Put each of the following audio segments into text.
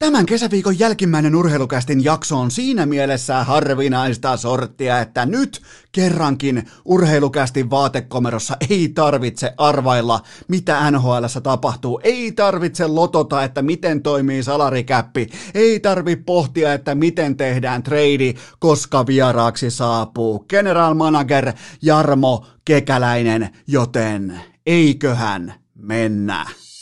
Tämän kesäviikon jälkimmäinen Urheilukästin jakso on siinä mielessä harvinaista sorttia, että nyt kerrankin Urheilukästin vaatekomerossa ei tarvitse arvailla, mitä NHL:ssä tapahtuu. Ei tarvitse lotota, että miten toimii salarikäppi. Ei tarvitse pohtia, että miten tehdään trade, koska vieraaksi saapuu general manager Jarmo Kekäläinen, joten eiköhän mennä.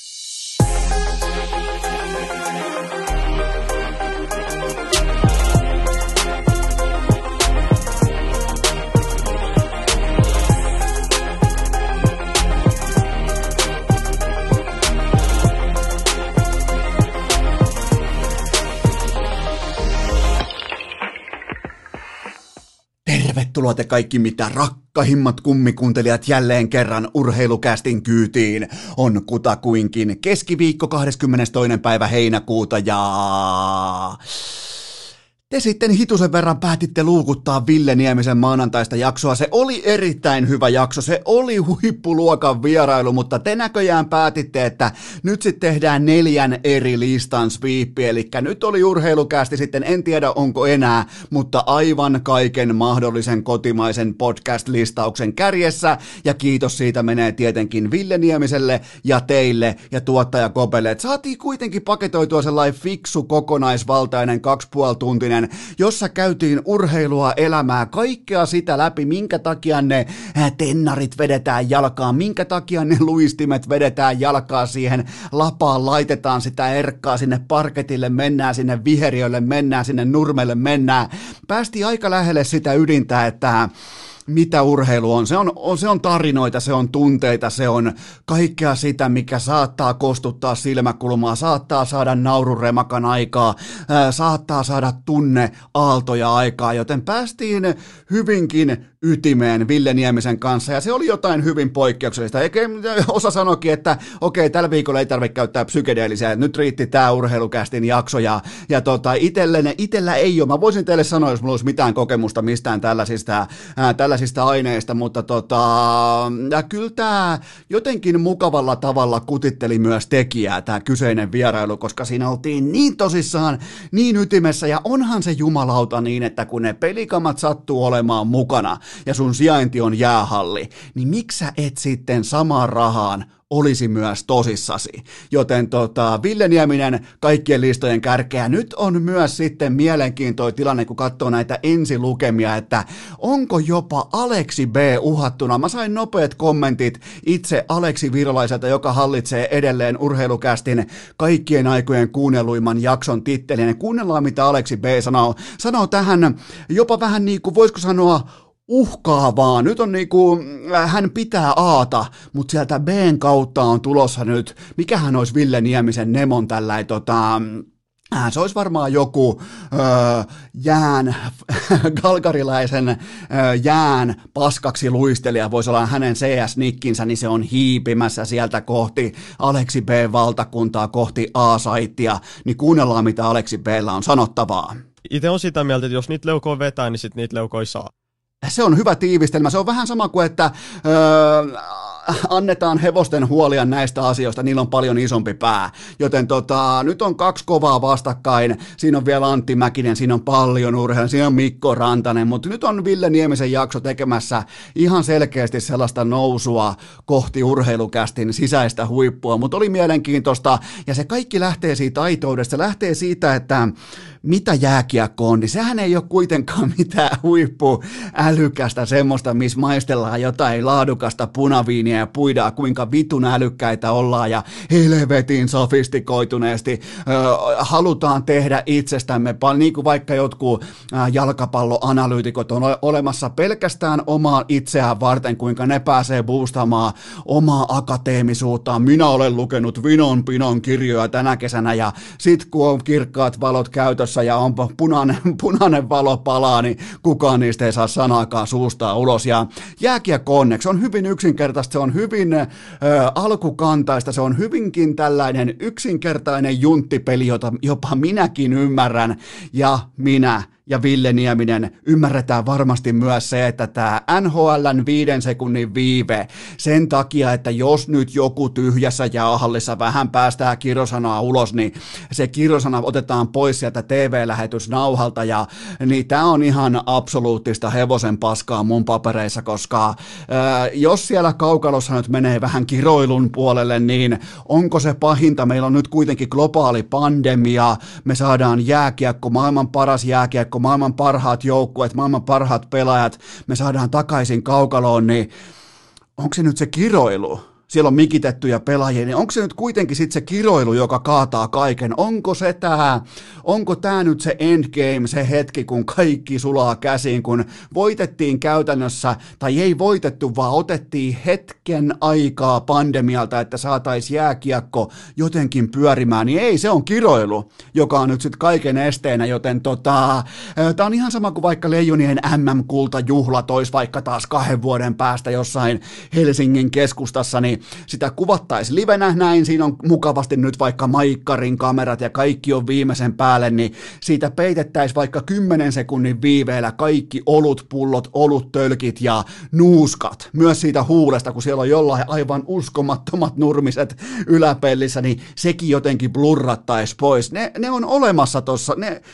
Tervetuloa te kaikki mitä rakkahimmat kummikuuntelijat jälleen kerran Urheilukästin kyytiin. On kutakuinkin keskiviikko 22. päivä heinäkuuta ja te sitten hitusen verran päätitte luukuttaa Ville Niemisen maanantaista jaksoa. Se oli erittäin hyvä jakso, se oli huippuluokan vierailu, mutta te näköjään päätitte, että nyt sitten tehdään 4 eri listan sweepi, eli nyt oli Urheilukästi sitten, en tiedä onko enää, mutta aivan kaiken mahdollisen kotimaisen podcast-listauksen kärjessä, ja kiitos siitä menee tietenkin Ville Niemiselle ja teille ja tuottaja Kopelle, että saatiin kuitenkin paketoitua sellainen fiksu kokonaisvaltainen 2,5-tuntinen, jossa käytiin urheilua, elämää, kaikkea sitä läpi, minkä takia ne tennarit vedetään jalkaan, minkä takia ne luistimet vedetään jalkaan siihen lapaan, laitetaan sitä erkkaa sinne parketille, mennään sinne viheriölle, mennään sinne nurmelle, mennään. Päästiin aika lähelle sitä ydintä, että mitä urheilu on. Se on tarinoita, se on tunteita, se on kaikkea sitä, mikä saattaa kostuttaa silmäkulmaa, saattaa saada naururemakan aikaa, saattaa saada tunneaaltoja aikaa, joten päästiin hyvinkin ytimeen Ville Niemisen kanssa, ja se oli jotain hyvin poikkeuksellista. Eikä osa sanoikin, että okei, tällä viikolla ei tarvitse käyttää psykedeellisiä, että nyt riitti tämä Urheilukästin jakso, ja itellä ei ole. Mä voisin teille sanoa, jos mulla olisi mitään kokemusta mistään tällaisista aineista, mutta ja kyllä tämä jotenkin mukavalla tavalla kutitteli myös tekijää, tämä kyseinen vierailu, koska siinä oltiin niin tosissaan, niin ytimessä, ja onhan se jumalauta niin, että kun ne pelikamat sattuu olemaan mukana, ja sun sijainti on jäähalli, niin miksi sä et sitten samaan rahaan olisi myös tosissasi. Joten Ville Nieminen kaikkien listojen kärkeä. Nyt on myös sitten mielenkiintoinen tilanne, kun katsoo näitä ensilukemia, että onko jopa Aleksi B uhattuna. Mä sain nopeat kommentit itse Aleksi Virolaiselta, joka hallitsee edelleen Urheilukästin kaikkien aikojen kuunnelluimman jakson tittelin. Kuunnellaan, mitä Aleksi B sanoo tähän jopa vähän niin kuin, voisiko sanoa, uhkaavaa. Nyt on niinku, hän pitää Aata, mutta sieltä B:n kautta on tulossa nyt, mikähän olisi Ville Niemisen Nemon tällainen, se olisi varmaan joku galgarilaisen jään paskaksi luistelija, voisi olla hänen CS-nikkinsä, niin se on hiipimässä sieltä kohti Aleksi B-valtakuntaa, kohti A-saittia, niin kuunnellaan, mitä Aleksi B:llä on sanottavaa. Itse on sitä mieltä, että jos niitä leukoja vetää, niin sitten niitä leukoja saa. Se on hyvä tiivistelmä. Se on vähän sama kuin, että annetaan hevosten huolia näistä asioista, niillä on paljon isompi pää. Joten nyt on 2 kovaa vastakkain. Siinä on vielä Antti Mäkinen, siinä on paljon urheilua, siinä on Mikko Rantanen, mutta nyt on Ville Niemisen jakso tekemässä ihan selkeästi sellaista nousua kohti Urheilukästin sisäistä huippua, mutta oli mielenkiintoista, ja se kaikki lähtee siitä aitoudesta, se lähtee siitä, että mitä jääkiekko on, niin sehän ei ole kuitenkaan mitään huippuälykästä semmoista, missä maistellaan jotain laadukasta punaviiniä ja puidaan, kuinka vitun älykkäitä ollaan ja helvetin sofistikoituneesti halutaan tehdä itsestämme, niin kuin vaikka jotkut jalkapalloanalyytikot on olemassa pelkästään omaa itseään varten, kuinka ne pääsee boostaamaan omaa akateemisuuttaan. Minä olen lukenut Vinon Pinon kirjoja tänä kesänä, ja sit kun on kirkkaat valot käytössä ja on punainen valo palaa, niin kukaan niistä ei saa sanaakaan suustaan ulos. Ja jääkiekko onneksi on hyvin yksinkertaista, se on hyvin alkukantaista, se on hyvinkin tällainen yksinkertainen junttipeli, jota jopa minäkin ymmärrän, ja minä ja Ville Nieminen, ymmärretään varmasti myös se, että tämä NHL:n 5 sekunnin viive sen takia, että jos nyt joku tyhjässä jäähallissa vähän päästää kirosanaa ulos, niin se kirosana otetaan pois sieltä TV-lähetysnauhalta ja niin tämä on ihan absoluuttista hevosen paskaa mun papereissa, koska jos siellä kaukalossa nyt menee vähän kiroilun puolelle, niin onko se pahinta? Meillä on nyt kuitenkin globaali pandemia, me saadaan jääkiekko, maailman paras jääkiekko, maailman parhaat joukkueet, maailman parhaat pelaajat, me saadaan takaisin kaukaloon, niin onko se nyt se kiroilu? Siellä on mikitettyjä pelaajia, niin onko se nyt kuitenkin sitten se kiroilu, joka kaataa kaiken? Onko tämä nyt se endgame, se hetki, kun kaikki sulaa käsiin, kun voitettiin käytännössä, tai ei voitettu, vaan otettiin hetken aikaa pandemialta, että saataisiin jääkiekko jotenkin pyörimään, niin ei, se on kiroilu, joka on nyt sitten kaiken esteenä, joten tämä on ihan sama kuin vaikka Leijonien MM-kultajuhlat olisi vaikka taas 2 vuoden päästä jossain Helsingin keskustassa, niin sitä kuvattaisiin livenä näin, siinä on mukavasti nyt vaikka maikkarin kamerat ja kaikki on viimeisen päälle, niin siitä peitettäisiin vaikka 10 sekunnin viiveellä kaikki olutpullot, oluttölkit ja nuuskat, myös siitä huulesta, kun siellä on jollain aivan uskomattomat nurmiset yläpellissä, niin sekin jotenkin blurrattaisi pois. Ne on olemassa tuossa,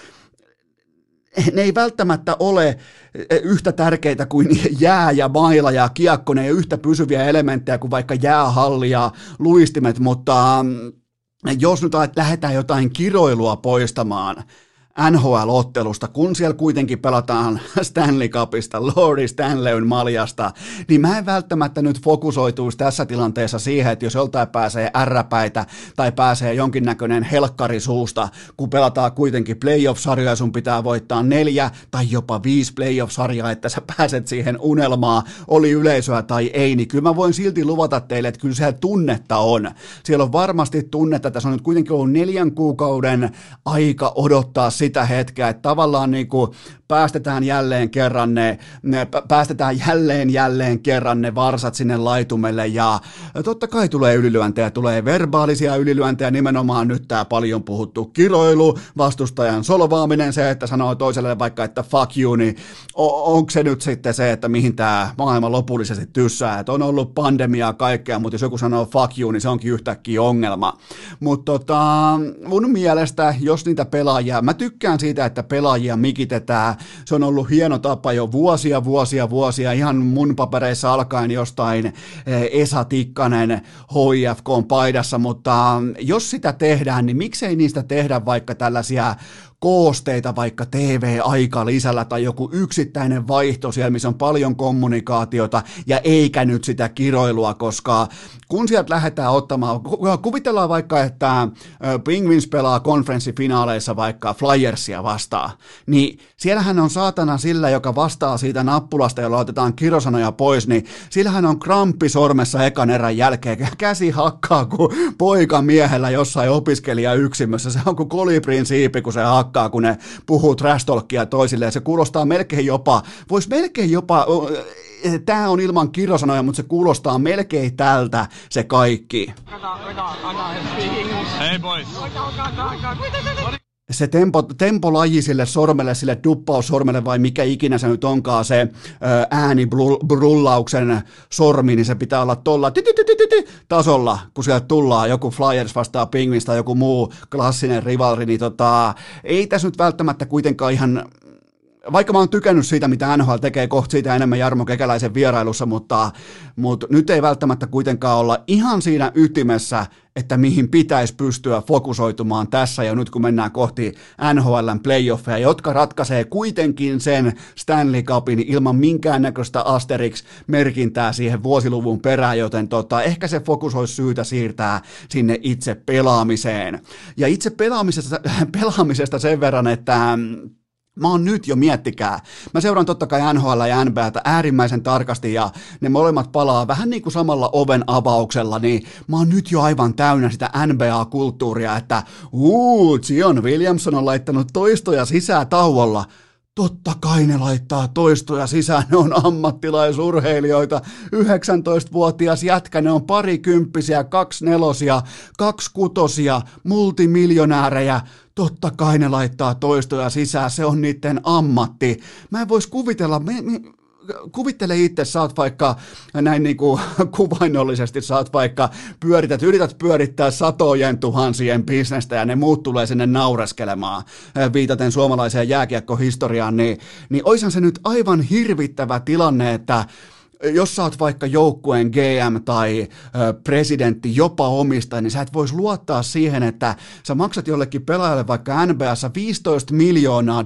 ne ei välttämättä ole yhtä tärkeitä kuin jää ja maila ja kiekko, ne ei ole yhtä pysyviä elementtejä kuin vaikka jäähalli ja luistimet, mutta jos nyt lähdetään jotain kiroilua poistamaan NHL-ottelusta, kun siellä kuitenkin pelataan Stanley Cupista, Lordi Stanleyn maljasta, niin mä en välttämättä nyt fokusoituisi tässä tilanteessa siihen, että jos joltain pääsee ärräpäitä tai pääsee jonkinnäköinen helkkari suusta, kun pelataan kuitenkin playoff-sarjoja, sun pitää voittaa 4 tai jopa 5 playoff-sarjaa, että sä pääset siihen unelmaan, oli yleisöä tai ei, niin kyllä mä voin silti luvata teille, että kyllä siellä tunnetta on. Siellä on varmasti tunnetta, että se on nyt kuitenkin ollut 4 kuukauden aika odottaa sitä hetkeä, että tavallaan niin kuin päästetään jälleen kerran ne varsat sinne laitumelle ja totta kai tulee ylilyöntejä, tulee verbaalisia ylilyöntejä, nimenomaan nyt tämä paljon puhuttu kiroilu, vastustajan solvaaminen, se, että sanoo toiselle vaikka, että fuck you, niin onko se nyt sitten se, että mihin tämä maailma lopullisesti tyssää, että on ollut pandemiaa kaikkea, mutta jos joku sanoo fuck you, niin se onkin yhtäkkiä ongelma, mutta mun mielestä, jos niitä pelaajia, mä tykkään siitä, että pelaajia mikitetään, se on ollut hieno tapa jo vuosia, ihan mun papereissa alkaen jostain Esa Tikkanen HIFK:n paidassa, mutta jos sitä tehdään, niin miksei niistä tehdä vaikka tällaisia koosteita vaikka TV-aika lisällä tai joku yksittäinen vaihto siellä, missä on paljon kommunikaatiota ja eikä nyt sitä kiroilua, koska kun sieltä lähdetään ottamaan, kuvitellaan vaikka, että Penguins pelaa konferenssifinaaleissa vaikka Flyersia vastaan, niin siellähän on saatana sillä, joka vastaa siitä nappulasta, jolla otetaan kirosanoja pois, niin sillähän on kramppi sormessa ekan erän jälkeen, käsi hakkaa kuin poika miehellä jossain opiskelijayksimmössä, se on kuin kolibrin siipi, kun se hakkaa, kun ne puhuu trash talkia toisilleen. Se kuulostaa melkein jopa, tämä on ilman kirosanoja, mutta se kuulostaa melkein tältä se kaikki. Hey boys. Se tempolaji sille sormelle, sille duppaussormelle vai mikä ikinä se nyt onkaan se äänibrullauksen sormi, niin se pitää olla tuolla tasolla, kun sieltä tullaan joku Flyers vastaan Penguins tai joku muu klassinen rivalri, niin ei tässä nyt välttämättä kuitenkaan ihan, vaikka mä oon tykännyt siitä, mitä NHL tekee, kohta siitä enemmän Jarmo Kekäläisen vierailussa, mutta nyt ei välttämättä kuitenkaan olla ihan siinä ytimessä, että mihin pitäisi pystyä fokusoitumaan tässä ja nyt kun mennään kohti NHL:n playoffeja, jotka ratkaisee kuitenkin sen Stanley Cupin ilman minkäännäköistä Asterix-merkintää siihen vuosiluvun perään, joten ehkä se fokus olisi syytä siirtää sinne itse pelaamiseen. Ja itse pelaamisesta sen verran, että mä oon nyt jo, miettikää, mä seuraan totta kai NHL ja NBA:tä äärimmäisen tarkasti ja ne molemmat palaa vähän niin kuin samalla oven avauksella, niin mä oon nyt jo aivan täynnä sitä NBA-kulttuuria, että Zion Williamson on laittanut toistoja sisään tauolla. Totta kai ne laittaa toistoja sisään, ne on ammattilaisurheilijoita, 19-vuotias jätkä, ne on parikymppisiä, 24-vuotiaita, 26-vuotiaita, multimiljonäärejä, totta kai ne laittaa toistoja sisään, se on niiden ammatti. Mä en vois kuvitella, kuvittele itse, sä oot vaikka näin niin kuin kuvainnollisesti, sä oot vaikka yrität pyörittää satojen tuhansien bisnestä ja ne muut tulee sinne naureskelemaan, viitaten suomalaiseen jääkiekkohistoriaan, niin oishan se nyt aivan hirvittävä tilanne, että jos sä oot vaikka joukkueen GM tai presidentti, jopa omistaja, niin sä et vois luottaa siihen, että sä maksat jollekin pelaajalle vaikka NBA:ssa $15 miljoonaa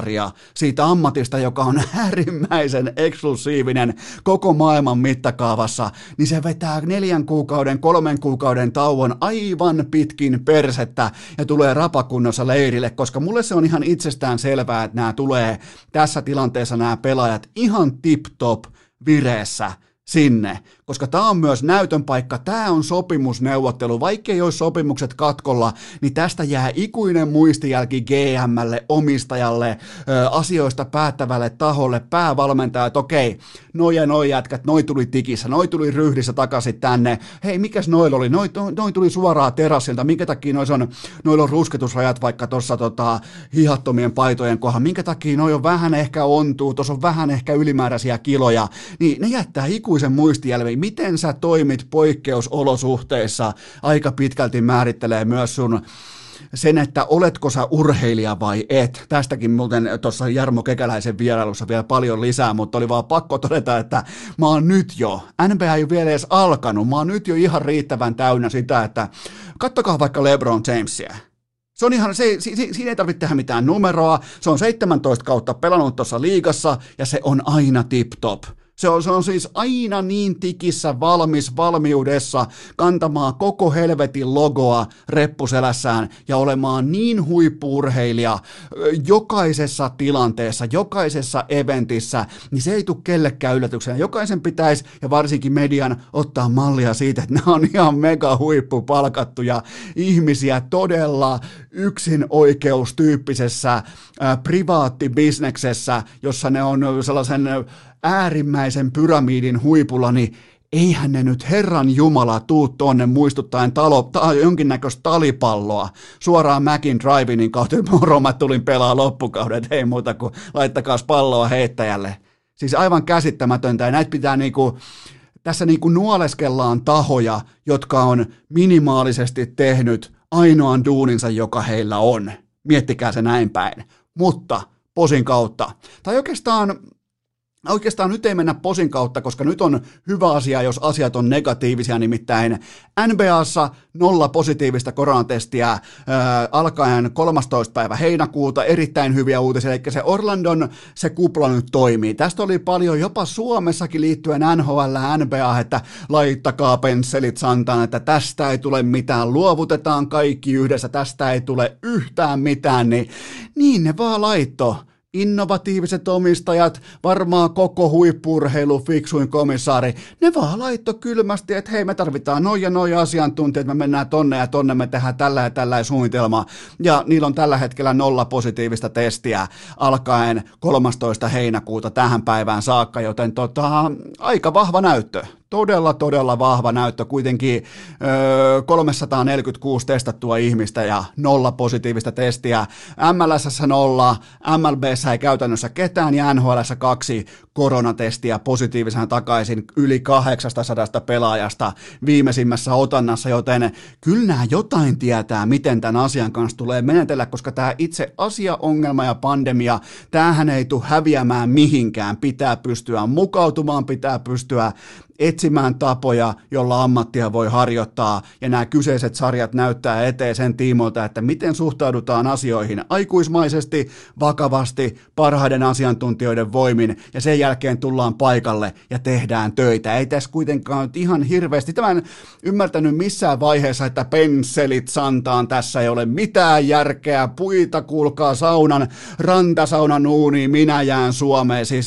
siitä ammatista, joka on äärimmäisen eksklusiivinen koko maailman mittakaavassa, niin se vetää 4 kuukauden, 3 kuukauden tauon aivan pitkin persettä ja tulee rapakunnossa leirille, koska mulle se on ihan itsestään selvää, että nämä tulee tässä tilanteessa nämä pelaajat ihan tip-top vireessä sinne, koska tämä on myös näytön paikka, tämä on sopimusneuvottelu, vaikkei olisi sopimukset katkolla, niin tästä jää ikuinen muistijälki GM:lle, omistajalle, asioista päättävälle taholle, päävalmentajalle, että okei, noi jätkät, noi tuli tikissä, noi tuli ryhdissä takaisin tänne, hei mikäs noilla oli, noi tuli suoraan terassilta, minkä takia noilla on rusketusrajat vaikka tuossa hihattomien paitojen kohdalla, minkä takia noi on vähän ehkä ontuu, tuossa on vähän ehkä ylimääräisiä kiloja, niin ne jättää ikuisen muistijälven. Miten sä toimit poikkeusolosuhteissa aika pitkälti määrittelee myös sun sen, että oletko sä urheilija vai et. Tästäkin muuten tuossa Jarmo Kekäläisen vierailussa vielä paljon lisää, mutta oli vaan pakko todeta, että mä oon nyt jo, NBA ei ole vielä edes alkanut, mä oon nyt jo ihan riittävän täynnä sitä, että kattokaa vaikka LeBron Jamesia. Se on ihan, siinä ei tarvitse tehdä mitään numeroa, se on 17 kautta pelannut tuossa liigassa ja se on aina tip-top. Se on siis aina niin tikissä valmiudessa kantamaan koko helvetin logoa reppuselässään ja olemaan niin huippu-urheilija jokaisessa tilanteessa, jokaisessa eventissä, niin se ei tule kellekään yllätyksenä. Jokaisen pitäisi, ja varsinkin median, ottaa mallia siitä, että nämä on ihan mega huippupalkattuja ihmisiä todella yksinoikeustyyppisessä privaattibisneksessä, jossa ne on sellaisen äärimmäisen pyramidin huipulla, niin eihän ne nyt Herran Jumala tuu tonne muistuttaen jonkinnäköistä talipalloa suoraan Macin Drive-inin kautta. Moro, mä tulin pelaa loppukauden, että ei muuta kuin laittakaas palloa heittäjälle. Siis aivan käsittämätöntä ja näitä pitää tässä nuoleskellaan tahoja, jotka on minimaalisesti tehnyt ainoan duuninsa, joka heillä on. Miettikää se näin päin. Mutta posin kautta. Tai Oikeastaan nyt ei mennä posin kautta, koska nyt on hyvä asia, jos asiat on negatiivisia, nimittäin NBAssa 0 positiivista koronatestiä alkaen 13. päivä heinäkuuta, erittäin hyviä uutisia, eli se Orlandon se kupla nyt toimii. Tästä oli paljon jopa Suomessakin liittyen NHL ja NBA, että laittakaa pensselit santaan, että tästä ei tule mitään, luovutetaan kaikki yhdessä, tästä ei tule yhtään mitään, niin ne vaan laittoi. Innovatiiviset omistajat, varmaan koko huippu-urheilu, fiksuin komissaari, ne vaan laittoi kylmästi, että hei me tarvitaan noja asiantuntijat, me mennään tonne ja tonne, me tehdään tällä ja tällä suunnitelma, ja niillä on tällä hetkellä 0 positiivista testiä alkaen 13. heinäkuuta tähän päivään saakka, joten aika vahva näyttö. Todella vahva näyttö, kuitenkin 346 testattua ihmistä ja 0 positiivista testiä. MLS:ssä 0, MLB:ssä ei käytännössä ketään ja NHL:ssä 2 koronatestiä positiivisena takaisin yli 800 pelaajasta viimeisimmässä otannassa, joten kyllä nämä jotain tietää, miten tämän asian kanssa tulee menetellä, koska tämä itse asiaongelma ja pandemia, tämähän ei tule häviämään mihinkään, pitää pystyä mukautumaan, pitää pystyä etsimään tapoja, jolla ammattia voi harjoittaa, ja nämä kyseiset sarjat näyttää eteen sen tiimoilta, että miten suhtaudutaan asioihin aikuismaisesti, vakavasti, parhaiden asiantuntijoiden voimin, ja sen jälkeen tullaan paikalle ja tehdään töitä. Ei tässä kuitenkaan nyt ihan hirveästi, tämän ymmärtänyt missään vaiheessa, että pensselit santaan, tässä ei ole mitään järkeä, puita kuulkaa rantasaunan uuniin, minä jään Suomeen, siis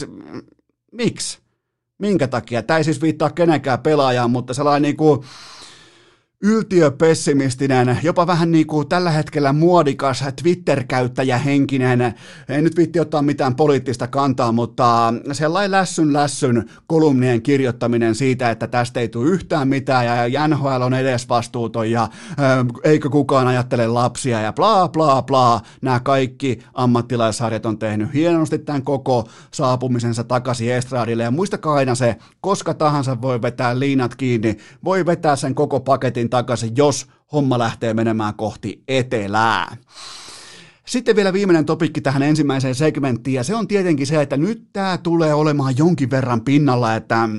miksi? Minkä takia? Tämä ei siis viittaa kenenkään pelaajaan, mutta sellainen yltiöpessimistinen, jopa vähän niin kuin tällä hetkellä muodikas Twitter-käyttäjähenkinen, en nyt viitti ottaa mitään poliittista kantaa, mutta sellainen lässyn kolumnien kirjoittaminen siitä, että tästä ei tule yhtään mitään ja NHL on edesvastuuton ja eikö kukaan ajattele lapsia ja bla bla bla, nämä kaikki ammattilaissarjat on tehnyt hienosti tämän koko saapumisensa takaisin estradille ja muistakaa aina se, koska tahansa voi vetää liinat kiinni, voi vetää sen koko paketin takaisin, jos homma lähtee menemään kohti etelää. Sitten vielä viimeinen topikki tähän ensimmäiseen segmenttiin, ja se on tietenkin se, että nyt tämä tulee olemaan jonkin verran pinnalla, että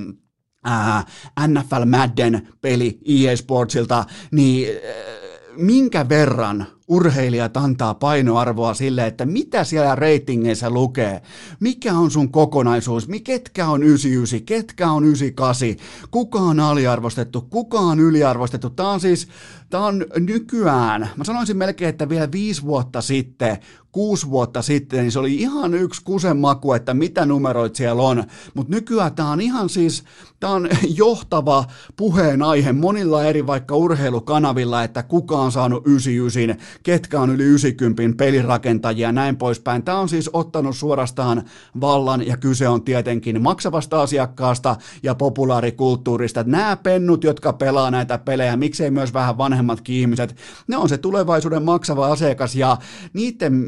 NFL Madden peli EA Sportsilta, niin minkä verran urheilijat antaa painoarvoa sille, että mitä siellä ratingeissa lukee, mikä on sun kokonaisuus, ketkä on 99, ketkä on 98, kuka on aliarvostettu, kuka on yliarvostettu. Tämä on nykyään, mä sanoisin melkein, että vielä 5 vuotta sitten, 6 vuotta sitten, niin se oli ihan yksi kusen maku, että mitä numeroit siellä on, mutta nykyään tämä on ihan siis, tämä on johtava puheenaihe monilla eri vaikka urheilukanavilla, että kuka on saanut 99, ketkä on yli 90 pelirakentajia ja näin poispäin. Tämä on siis ottanut suorastaan vallan ja kyse on tietenkin maksavasta asiakkaasta ja populaarikulttuurista. Nämä pennut, jotka pelaa näitä pelejä, miksei myös vähän vanhemmatkin ihmiset, ne on se tulevaisuuden maksava asiakas ja niiden,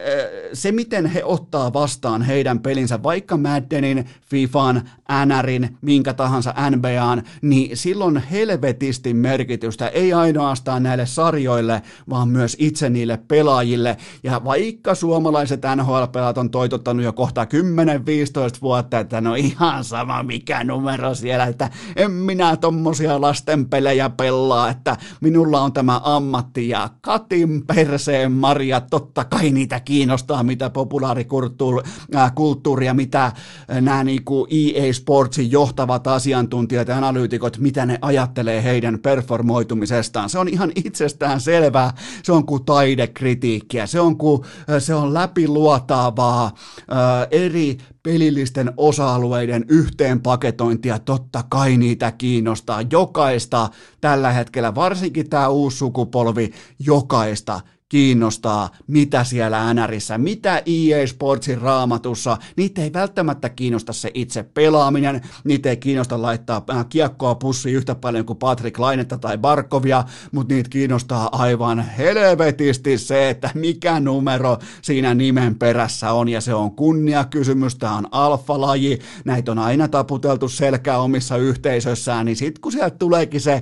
se miten he ottaa vastaan heidän pelinsä, vaikka Maddenin, FIFAn, NRin, minkä tahansa NBAn, niin silloin helvetisti merkitystä, ei ainoastaan näille sarjoille, vaan myös itse niille pelaajille, ja vaikka suomalaiset NHL-pelaat on toitottanut jo kohta 10-15 vuotta, että no ihan sama mikä numero siellä, että en minä tommosia lasten pelejä pelaa, että minulla on tämä ammatti ja katin perseen marjat, totta kai niitä kiinnostaa, mitä populaarikulttuuria, mitä nämä niinku EA Sportsin johtavat asiantuntijat ja analyytikot, mitä ne ajattelee heidän performoitumisestaan. Se on ihan itsestään selvää, se on kuin taidekritiikkiä, se on läpiluotaavaa eri pelillisten osa-alueiden yhteenpaketointia, totta kai niitä kiinnostaa jokaista tällä hetkellä, varsinkin tämä uusi sukupolvi, jokaista kiinnostaa, mitä siellä NRissä, mitä EA Sportsin raamatussa, niitä ei välttämättä kiinnosta se itse pelaaminen, niitä ei kiinnosta laittaa kiekkoa pussiin yhtä paljon kuin Patrick Lainetta tai Barkovia, mutta niitä kiinnostaa aivan helvetisti se, että mikä numero siinä nimen perässä on, ja se on kunniakysymys, tämä on alfalaji, näitä on aina taputeltu selkää omissa yhteisöissään, niin sitten kun sieltä tuleekin se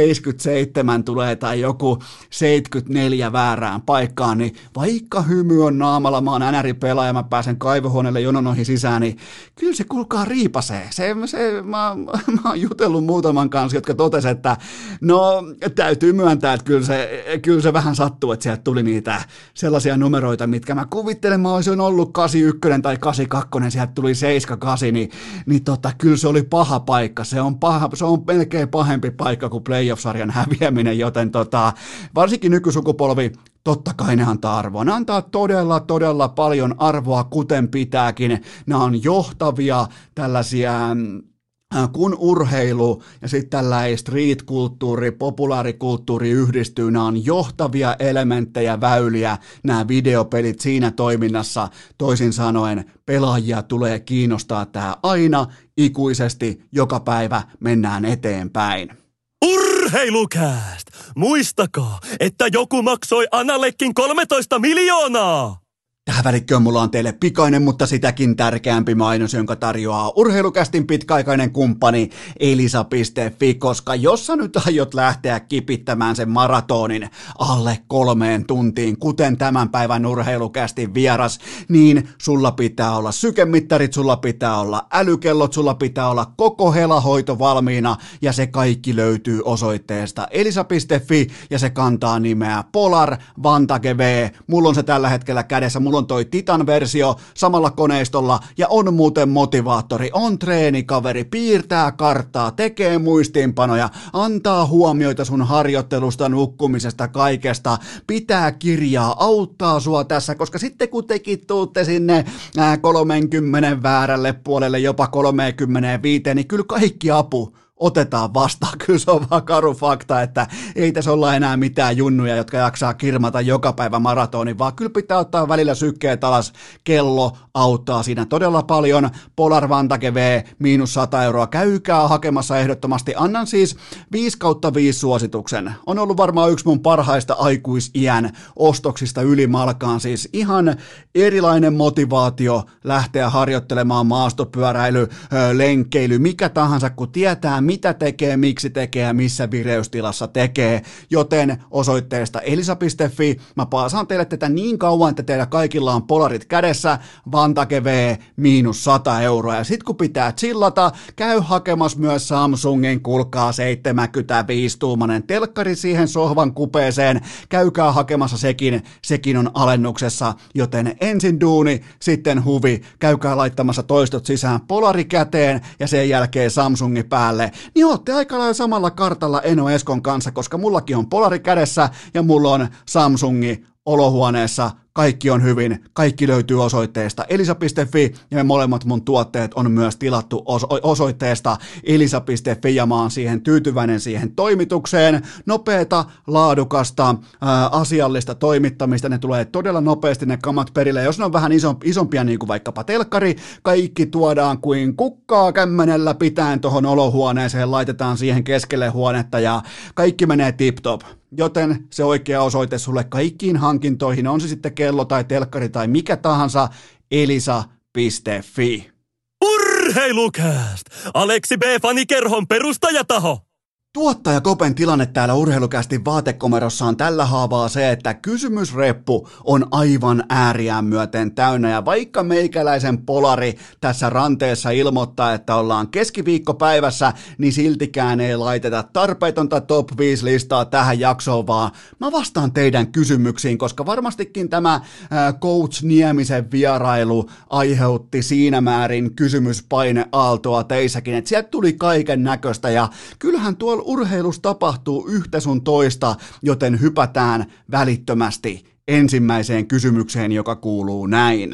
77 tulee tai joku 74 väärää paikkaan, niin vaikka hymy on naamalla, mä oon NR-pelaaja, mä pääsen kaivohuoneelle jonon sisään, niin kyllä se kuulkaa riipasee. Mä oon jutellut muutaman kanssa, jotka totesivat, että no täytyy myöntää, että kyllä se vähän sattuu, että sieltä tuli niitä sellaisia numeroita, mitkä mä kuvittelen, mä olisin ollut 81 tai 82, sieltä tuli 78, niin kyllä se oli paha paikka. Se on melkein pahempi paikka kuin playoff-sarjan häviäminen, joten varsinkin nykysukupolvi, totta kai ne antaa arvoa. Ne antaa todella paljon arvoa, kuten pitääkin. Nämä on johtavia tällaisia, kun urheilu ja sitten tällainen street-kulttuuri, populaarikulttuuri yhdistyy, nämä on johtavia elementtejä, väyliä, nämä videopelit siinä toiminnassa. Toisin sanoen, pelaajia tulee kiinnostaa tämä aina, ikuisesti, joka päivä mennään eteenpäin. Urheilukääst! Muistakaa, että joku maksoi Anallekin 13 miljoonaa! Tähän välikköön mulla on teille pikainen, mutta sitäkin tärkeämpi mainos, jonka tarjoaa Urheilukästin pitkäaikainen kumppani Elisa.fi, koska jos sä nyt aiot lähteä kipittämään sen maratonin alle 3 tuntiin, kuten tämän päivän Urheilukästin vieras, niin sulla pitää olla sykemittarit, sulla pitää olla älykellot, sulla pitää olla koko helahoito valmiina, ja se kaikki löytyy osoitteesta Elisa.fi, ja se kantaa nimeä Polar Vantage V. Mulla on se tällä hetkellä kädessä, mulla on toi Titan-versio samalla koneistolla ja on muuten motivaattori, on treenikaveri, piirtää karttaa, tekee muistiinpanoja, antaa huomioita sun harjoittelusta, nukkumisesta, kaikesta, pitää kirjaa, auttaa sua tässä, koska sitten kun tekin tuutte sinne 30 väärälle puolelle, jopa 35, niin kyllä kaikki apu otetaan vastaan. Kyllä se on vaan karu fakta, että ei tässä olla enää mitään junnuja, jotka jaksaa kirmata joka päivä maratonin, vaan kyllä pitää ottaa välillä sykkeet alas. Kello auttaa siinä todella paljon. Polar Vantage V, -100 €. Käykää hakemassa ehdottomasti. Annan siis 5/5 suosituksen. On ollut varmaan yksi mun parhaista aikuisiän ostoksista ylimalkaan. Siis ihan erilainen motivaatio lähteä harjoittelemaan maastopyöräily, lenkkeily, mikä tahansa, kun tietää mitä tekee, miksi tekee ja missä vireystilassa tekee. Joten osoitteesta elisa.fi mä paasaan teille tätä niin kauan, että teillä kaikilla on polarit kädessä, Vantage V, -100 €. Ja sit kun pitää chillata, käy hakemassa myös Samsungin, kuulkaa 75-tuumainen telkkari siihen sohvan kupeeseen. Käykää hakemassa sekin on alennuksessa, joten ensin duuni, sitten huvi. Käykää laittamassa toistot sisään, polari käteen ja sen jälkeen Samsungi päälle. Niin ootte aika lailla samalla kartalla Eno Eskon kanssa, koska mullakin on polari kädessä ja mulla on Samsungi olohuoneessa. Kaikki on hyvin, kaikki löytyy osoitteesta elisa.fi ja me molemmat mun tuotteet on myös tilattu osoitteesta elisa.fi ja mä oon siihen tyytyväinen siihen toimitukseen. Nopeata, laadukasta, asiallista toimittamista, ne tulee todella nopeasti ne kamat perille. Jos ne on vähän isompia niin kuin vaikkapa telkkari, kaikki tuodaan kuin kukkaa kämmenellä pitäen tuohon olohuoneeseen, laitetaan siihen keskelle huonetta ja kaikki menee tip-top. Joten se oikea osoite sulle kaikkiin hankintoihin, on se sitten kello tai telkkari tai mikä tahansa, elisa.fi. Urheilukääst! Aleksi B. Fanikerhon perustajataho! Tuottaja Kopen tilanne täällä Urheilukästin vaatekomerossa on tällä haavaa se, että kysymysreppu on aivan ääriään myöten täynnä ja vaikka meikäläisen polari tässä ranteessa ilmoittaa, että ollaan keskiviikkopäivässä, niin siltikään ei laiteta tarpeetonta top 5 listaa tähän jaksoon, vaan mä vastaan teidän kysymyksiin, koska varmastikin tämä Coach Niemisen vierailu aiheutti siinä määrin kysymyspaineaaltoa teissäkin, että sieltä tuli kaiken näköistä ja kyllähän tuolla urheilussa tapahtuu yhtä sun toista, joten hypätään välittömästi ensimmäiseen kysymykseen, joka kuuluu näin.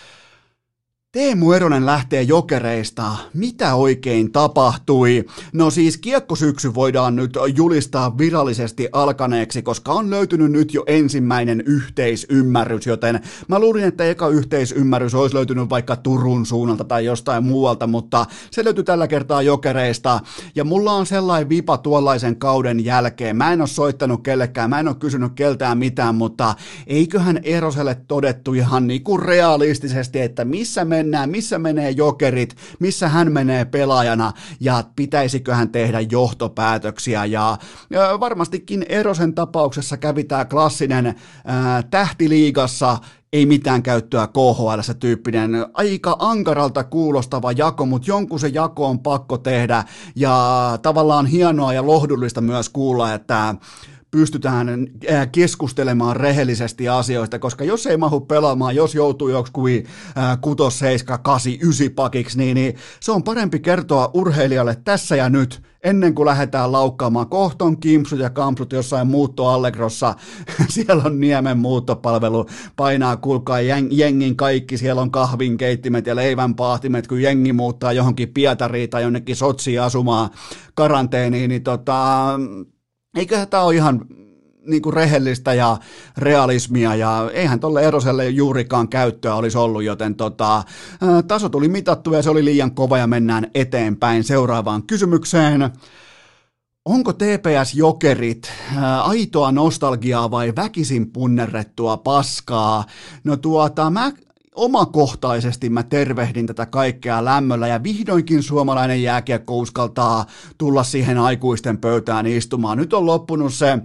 Teemu Eronen lähtee Jokereista. Mitä oikein tapahtui? No siis kiekkosyksy voidaan nyt julistaa virallisesti alkaneeksi, koska on löytynyt nyt jo ensimmäinen yhteisymmärrys, joten mä luulin, että eka yhteisymmärrys olisi löytynyt vaikka Turun suunnalta tai jostain muualta, mutta se löytyi tällä kertaa Jokereista ja mulla on sellainen vipa tuollaisen kauden jälkeen. Mä en ole soittanut kellekään, mä en ole kysynyt keltään mitään, mutta eiköhän Eroselle todettu ihan niin kuin realistisesti, että missä menee Jokerit, missä hän menee pelaajana ja pitäisikö hän tehdä johtopäätöksiä ja varmastikin Erosen tapauksessa kävi tämä klassinen tähtiliigassa ei mitään käyttöä KHL:ssä tyyppinen, aika ankaralta kuulostava jako, mutta jonkun se jako on pakko tehdä ja tavallaan hienoa ja lohdullista myös kuulla, että pystytään keskustelemaan rehellisesti asioista, koska jos ei mahu pelaamaan, jos joutuu joksikin 6, 7, 8, 9 pakiksi, niin se on parempi kertoa urheilijalle tässä ja nyt, ennen kuin lähdetään laukkaamaan. Kohton kimpsut ja kampsut jossain muuttoallegrossa, siellä on Niemen muuttopalvelu, painaa kuulkaa jengin kaikki, siellä on kahvinkeittimet ja leivänpaahtimet, kun jengi muuttaa johonkin Pietariin tai jonnekin Sotsiin asumaan karanteeniin, niin eiköhän tämä ole ihan niin kuin rehellistä ja realismia ja eihän tolle Eroselle juurikaan käyttöä olisi ollut, joten taso tuli mitattu ja se oli liian kova ja mennään eteenpäin seuraavaan kysymykseen. Onko TPS Jokerit aitoa nostalgiaa vai väkisin punnerrettua paskaa? No omakohtaisesti mä tervehdin tätä kaikkea lämmöllä ja vihdoinkin suomalainen jääkiekko uskaltaa tulla siihen aikuisten pöytään istumaan. Nyt on loppunut se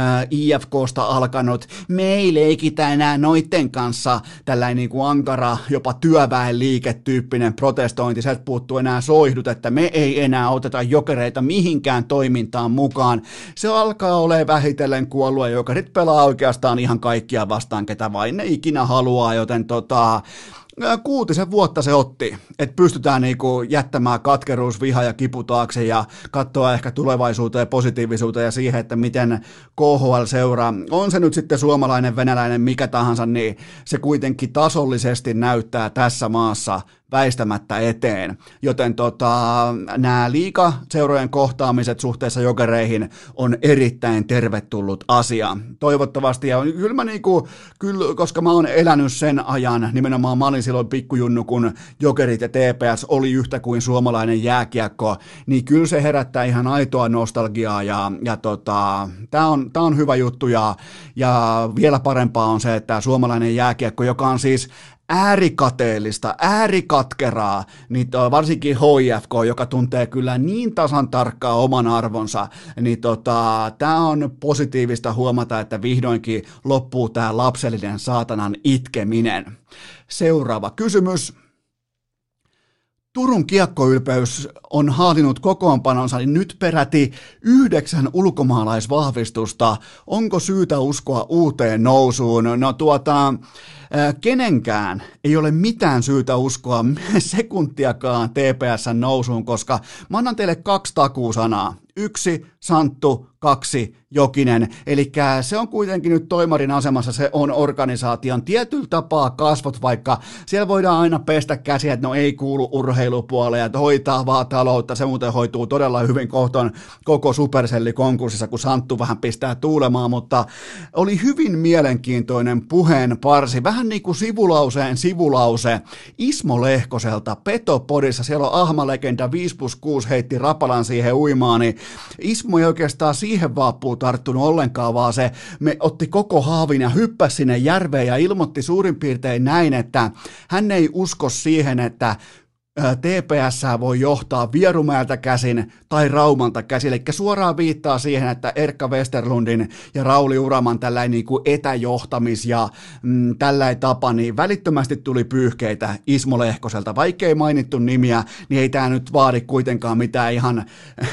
IFKsta alkanut, me ei leikitä enää noitten kanssa tällainen niin kuin ankara, jopa työväenliiketyyppinen protestointi. Sieltä puuttuu enää soihdut, että me ei enää oteta Jokereita mihinkään toimintaan mukaan. Se alkaa olemaan vähitellen kuollut ja Jokerit pelaa oikeastaan ihan kaikkia vastaan, ketä vain ne ikinä haluaa, joten 6 vuotta se otti, että pystytään niinku jättämään katkeruus, viha ja kipu taakse ja katsoa ehkä tulevaisuuteen, positiivisuuteen ja siihen, että miten KHL seuraa, on se nyt sitten suomalainen, venäläinen, mikä tahansa, niin se kuitenkin tasollisesti näyttää tässä maassa väistämättä eteen, joten nämä liigaseurojen kohtaamiset suhteessa Jokereihin on erittäin tervetullut asia. Toivottavasti, ja kyllä mä kyllä, koska mä oon elänyt sen ajan, nimenomaan mä olin silloin pikkujunnu, kun Jokerit ja TPS oli yhtä kuin suomalainen jääkiekko, niin kyllä se herättää ihan aitoa nostalgiaa, ja tää on hyvä juttu, ja vielä parempaa on se, että suomalainen jääkiekko, joka on siis äärikateellista, äärikatkeraa, niin varsinkin HIFK, joka tuntee kyllä niin tasan tarkkaan oman arvonsa, niin tämä on positiivista huomata, että vihdoinkin loppuu tämä lapsellinen saatanan itkeminen. Seuraava kysymys. Turun kiekkoylpeys on haalinut kokoonpanonsa nyt peräti 9 ulkomaalaisvahvistusta. Onko syytä uskoa uuteen nousuun? No kenenkään ei ole mitään syytä uskoa sekuntiakaan TPS:n nousuun, koska mä annan teille 2 takuusanaa. 1 Santtu, 2 Jokinen, eli se on kuitenkin nyt toimarin asemassa, se on organisaation tietyllä tapaa kasvot, vaikka siellä voidaan aina pestä käsiä, että no ei kuulu urheilupuolelle, että hoitaa vaan taloutta, se muuten hoituu todella hyvin kohton koko Supercelli-konkurssissa, kun Santtu vähän pistää tuulemaan, mutta oli hyvin mielenkiintoinen puheenparsi, vähän niin kuin sivulauseen sivulause Ismo Lehkoselta Petopodissa, siellä on Ahma-legenda 5+6 heitti rapalan siihen uimaan, niin Ismo ei oikeastaan siihen vaappuun tarttunut ollenkaan, vaan me otti koko haavin ja hyppäsi sinne järveen ja ilmoitti suurin piirtein näin, että hän ei usko siihen, että TPS voi johtaa Vierumäeltä käsin tai Raumalta käsin, eli suoraan viittaa siihen, että Erkka Westerlundin ja Rauli Uraman tällainen niin kuin etäjohtamis ja tällainen tapa, niin välittömästi tuli pyyhkeitä Ismo Lehkoselta, vaikka ei mainittu nimiä, niin ei tämä nyt vaadi kuitenkaan mitään ihan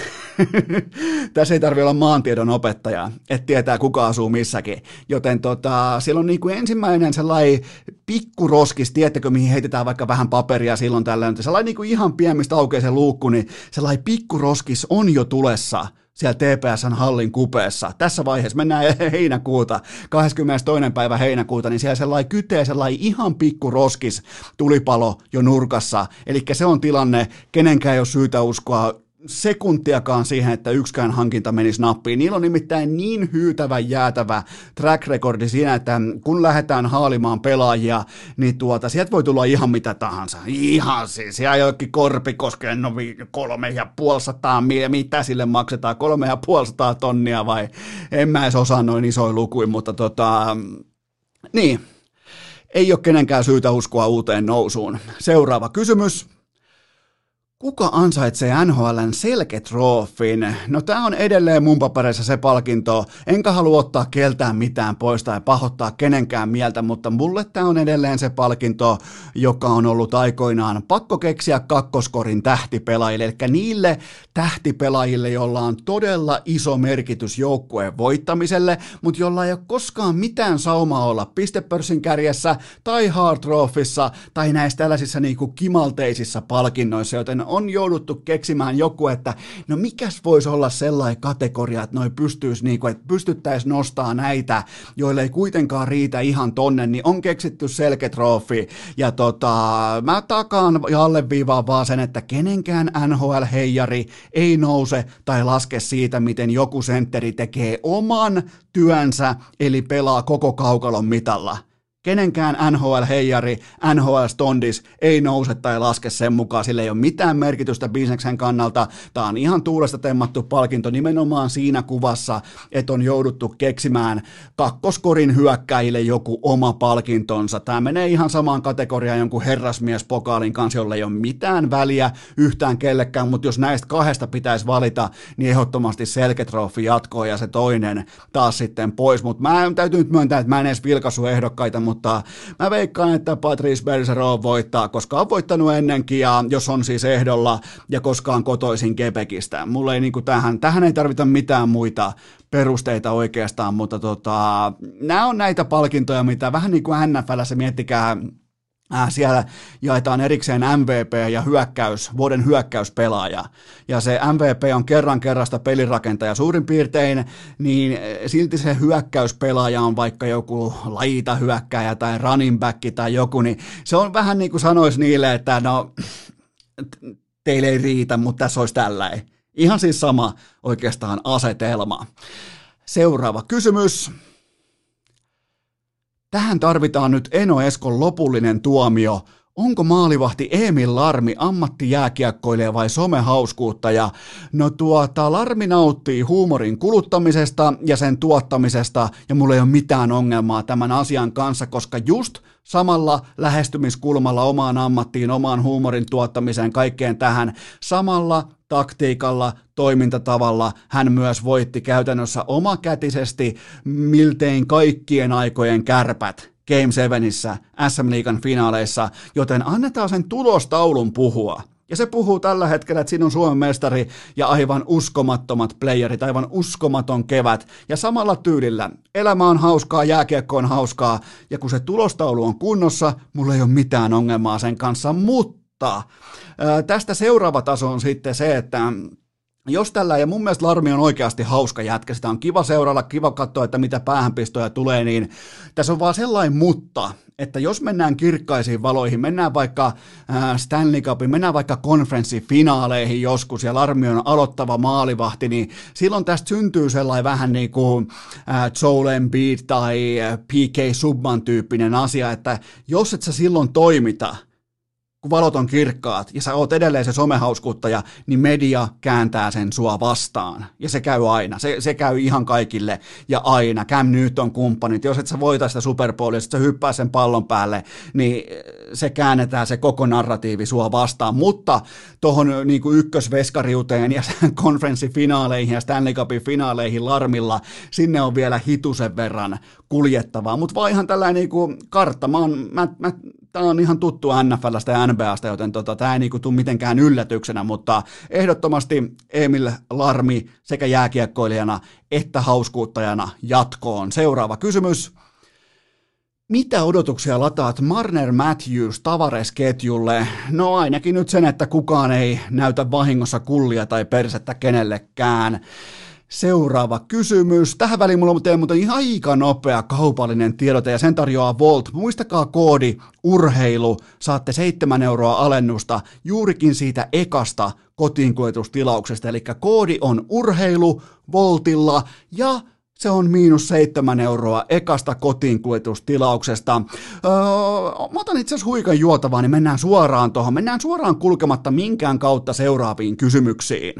tässä ei tarvitse olla maantiedon opettaja, että tietää kuka asuu missäkin, joten siellä on niin kuin ensimmäinen sellainen pikkuroskis, tiedättekö mihin heitetään vaikka vähän paperia silloin tällöin, sellainen niin kuin ihan pien, mistä aukeaa se luukku, niin sellainen pikkuroskis on jo tulessa siellä TPS:n hallin kupeessa. Tässä vaiheessa mennään heinäkuuta, 22. päivä heinäkuuta, niin siellä sellainen kytee, sellainen ihan pikkuroskis tulipalo jo nurkassa, eli se on tilanne, kenenkään ei ole syytä uskoa sekuntiakaan siihen, että yksikään hankinta menisi nappiin. Niillä on nimittäin niin hyytävä, jäätävä track recordi siinä, että kun lähdetään haalimaan pelaajia, niin sieltä voi tulla ihan mitä tahansa. Ihan siis, siellä jokin Korpikoskeen, no 350, mitä sille maksetaan, 350 tonnia vai en mä edes osaa noin isoin lukuin, mutta niin, ei ole kenenkään syytä uskoa uuteen nousuun. Seuraava kysymys. Kuka ansaitsee NHL:n selketroofin? No tää on edelleen mun papereissa se palkinto, enkä halua ottaa keltään mitään pois tai pahoittaa kenenkään mieltä, mutta mulle tää on edelleen se palkinto, joka on ollut aikoinaan pakko keksiä kakkoskorin tähtipelaajille, eli niille tähtipelaajille, joilla on todella iso merkitys joukkueen voittamiselle, mutta jolla ei ole koskaan mitään saumaa olla pistepörssin kärjessä tai Hart Trophyssa tai näissä tällaisissa niinku kimalteisissa palkinnoissa, joten on jouduttu keksimään joku, että no mikäs voisi olla sellainen kategoria, että noi pystyisi niinku, että pystyttäisiin nostaa näitä, joille ei kuitenkaan riitä ihan tonne, niin on keksitty selketrofi, ja mä takaan ja alleviivaan vaan sen, että kenenkään NHL-heijari ei nouse tai laske siitä, miten joku sentteri tekee oman työnsä, eli pelaa koko kaukalon mitalla. Kenenkään NHL-heijari, NHL-stondis ei nouse tai laske sen mukaan, sillä ei ole mitään merkitystä bisneksen kannalta. Tämä on ihan tuulesta temmattu palkinto nimenomaan siinä kuvassa, että on jouduttu keksimään kakkoskorin hyökkäjille joku oma palkintonsa. Tämä menee ihan samaan kategoriaan jonkun herrasmiespokaalin kanssa, jolle ei ole mitään väliä yhtään kellekään, mutta jos näistä kahdesta pitäisi valita, niin ehdottomasti selketrofi jatkoa ja se toinen taas sitten pois. Mutta mä täytyy nyt myöntää, että mä en edes vilkaisu ehdokkaita, mutta mä veikkaan, että Patrice Bergeron voittaa, koska on voittanut ennenkin, ja jos on siis ehdolla, ja koska on kotoisin Quebecistä. Mulla ei niinku tähän ei tarvita mitään muita perusteita oikeastaan, mutta nämä on näitä palkintoja, mitä vähän niin kuin NFL:ssä miettikää, Siellä jaetaan erikseen MVP ja vuoden hyökkäyspelaaja. Ja se MVP on kerrasta pelirakentaja suurin piirtein, niin silti se hyökkäyspelaaja on vaikka joku laitahyökkääjä tai running back tai joku, niin se on vähän niin kuin sanoisi niille, että no teille ei riitä, mutta tässä olisi tälläin. Ihan siis sama oikeastaan asetelma. Seuraava kysymys. Tähän tarvitaan nyt Eno Eskon lopullinen tuomio. Onko maalivahti Emil Larmi ammattijääkiekkoilija vai somehauskuuttaja? No Larmi nauttii huumorin kuluttamisesta ja sen tuottamisesta, ja mulla ei ole mitään ongelmaa tämän asian kanssa, koska just samalla lähestymiskulmalla omaan ammattiin, omaan huumorin tuottamiseen, kaikkeen tähän, samalla taktiikalla, toimintatavalla hän myös voitti käytännössä omakätisesti miltein kaikkien aikojen Kärpät Game 7:issä, SM-liigan finaaleissa, joten annetaan sen tulostaulun puhua. Ja se puhuu tällä hetkellä, että siinä on Suomen mestari ja aivan uskomattomat playerit, aivan uskomaton kevät. Ja samalla tyylillä elämä on hauskaa, jääkiekko on hauskaa, ja kun se tulostaulu on kunnossa, mulla ei ole mitään ongelmaa sen kanssa, mutta tästä seuraava taso on sitten se, että jos tällä, ja mun mielestä Larmi on oikeasti hauska jätkä, sitä on kiva seuralla, kiva katsoa, että mitä päähänpistoja tulee, niin tässä on vaan sellainen mutta, että jos mennään kirkkaisiin valoihin, mennään vaikka Stanley Cupin, mennään vaikka konferenssifinaaleihin joskus, ja Larmi on aloittava maalivahti, niin silloin tästä syntyy sellainen vähän niin kuin Joel Embiid tai PK Subban tyyppinen asia, että jos et sä silloin toimita, kun valot on kirkkaat ja sä oot edelleen se somehauskuuttaja, niin media kääntää sen sua vastaan. Ja se käy aina. Se käy ihan kaikille ja aina. Cam Newton kumppanit. Jos et sä voita sitä Super Bowlia, jos et sä hyppää sen pallon päälle, niin se käännetään se koko narratiivi sua vastaan. Mutta tohon niin kuin ykkösveskariuteen ja konferenssifinaaleihin ja Stanley Cupin finaaleihin Larmilla, sinne on vielä hitusen verran kuljettavaa. Mutta vaan ihan tällainen niin kuin kartta. Tämä on ihan tuttu NFL:stä ja NBA:sta, joten tämä ei niinku tule mitenkään yllätyksenä, mutta ehdottomasti Emil Larmi sekä jääkiekkoilijana että hauskuuttajana jatkoon. Seuraava kysymys. Mitä odotuksia lataat Marner Matthews Tavares-ketjulle? No ainakin nyt sen, että kukaan ei näytä vahingossa kullia tai persettä kenellekään. Seuraava kysymys. Tähän väliin mulla on teille muuten aika nopea kaupallinen tiedote ja sen tarjoaa Volt. Muistakaa koodi urheilu, saatte 7 € alennusta juurikin siitä ekasta kotiinkuljetustilauksesta. Eli koodi on urheilu Voltilla ja se on -7 € ekasta kotiinkuljetustilauksesta. Mä otan itse asiassa huikan juotavaa, niin mennään suoraan tuohon. Mennään suoraan kulkematta minkään kautta seuraaviin kysymyksiin.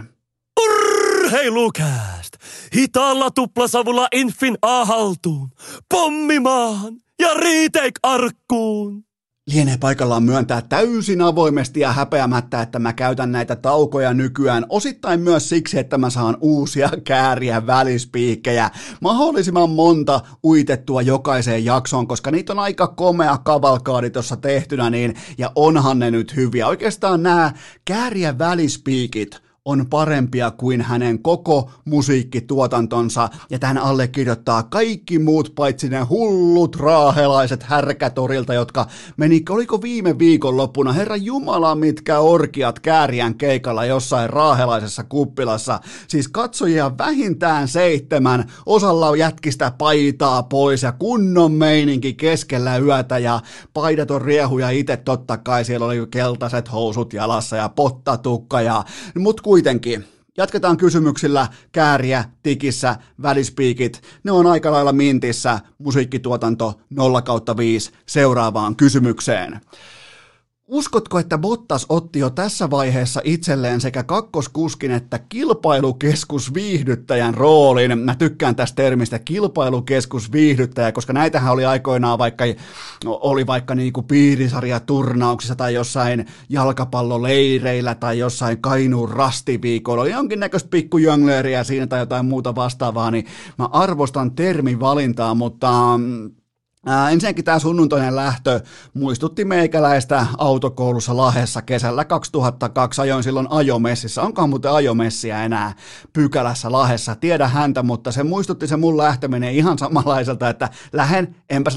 Urheilukääst! Hitaalla tuplasavulla Infin A-haltuun, pommimaan ja retake-arkkuun! Lienee paikallaan myöntää täysin avoimesti ja häpeämättä, että mä käytän näitä taukoja nykyään osittain myös siksi, että mä saan uusia kääriä välispiikkejä. Mahdollisimman monta uitettua jokaiseen jaksoon, koska niitä on aika komea kavalkaadi tuossa tehtynä, niin, ja onhan ne nyt hyviä. Oikeastaan nämä kääriä välispiikit on parempia kuin hänen koko musiikkituotantonsa, ja tähän allekirjoittaa kaikki muut paitsi ne hullut raahelaiset härkätorilta, jotka meni, oliko viime viikonloppuna, herra jumala, mitkä orkiat Kääriän keikalla jossain raahelaisessa kuppilassa, siis katsojia vähintään 7, osalla jätkistä paitaa pois ja kunnon meininki keskellä yötä, ja paidat on riehuja itse totta kai, siellä oli keltaiset housut jalassa ja pottatukka, mut kuitenkin. Jatketaan kysymyksillä, kääriä, tikissä, välispiikit. Ne on aika lailla mintissä. Musiikkituotanto 0/5 seuraavaan kysymykseen. Uskotko, että Bottas otti jo tässä vaiheessa itselleen sekä kakkoskuskin että kilpailukeskusviihdyttäjän roolin? Mä tykkään tästä termistä kilpailukeskusviihdyttäjä, koska näitähän oli aikoinaan vaikka niinku piirisarjaturnauksissa tai jossain jalkapalloleireillä tai jossain Kainuun rastiviikoilla. Oli jonkinnäköistä pikkujongleeria siinä tai jotain muuta vastaavaa, niin mä arvostan termivalintaa, mutta Ensinnäkin tämä sunnuntainen lähtö muistutti meikäläistä autokoulussa Lahdessa kesällä 2002. Ajoin silloin ajomessissä. Onkohan muuten ajomessiä enää Pykälässä Lahdessa? Tiedä häntä, mutta se muistutti se mun lähteminen ihan samanlaiselta, että enpäs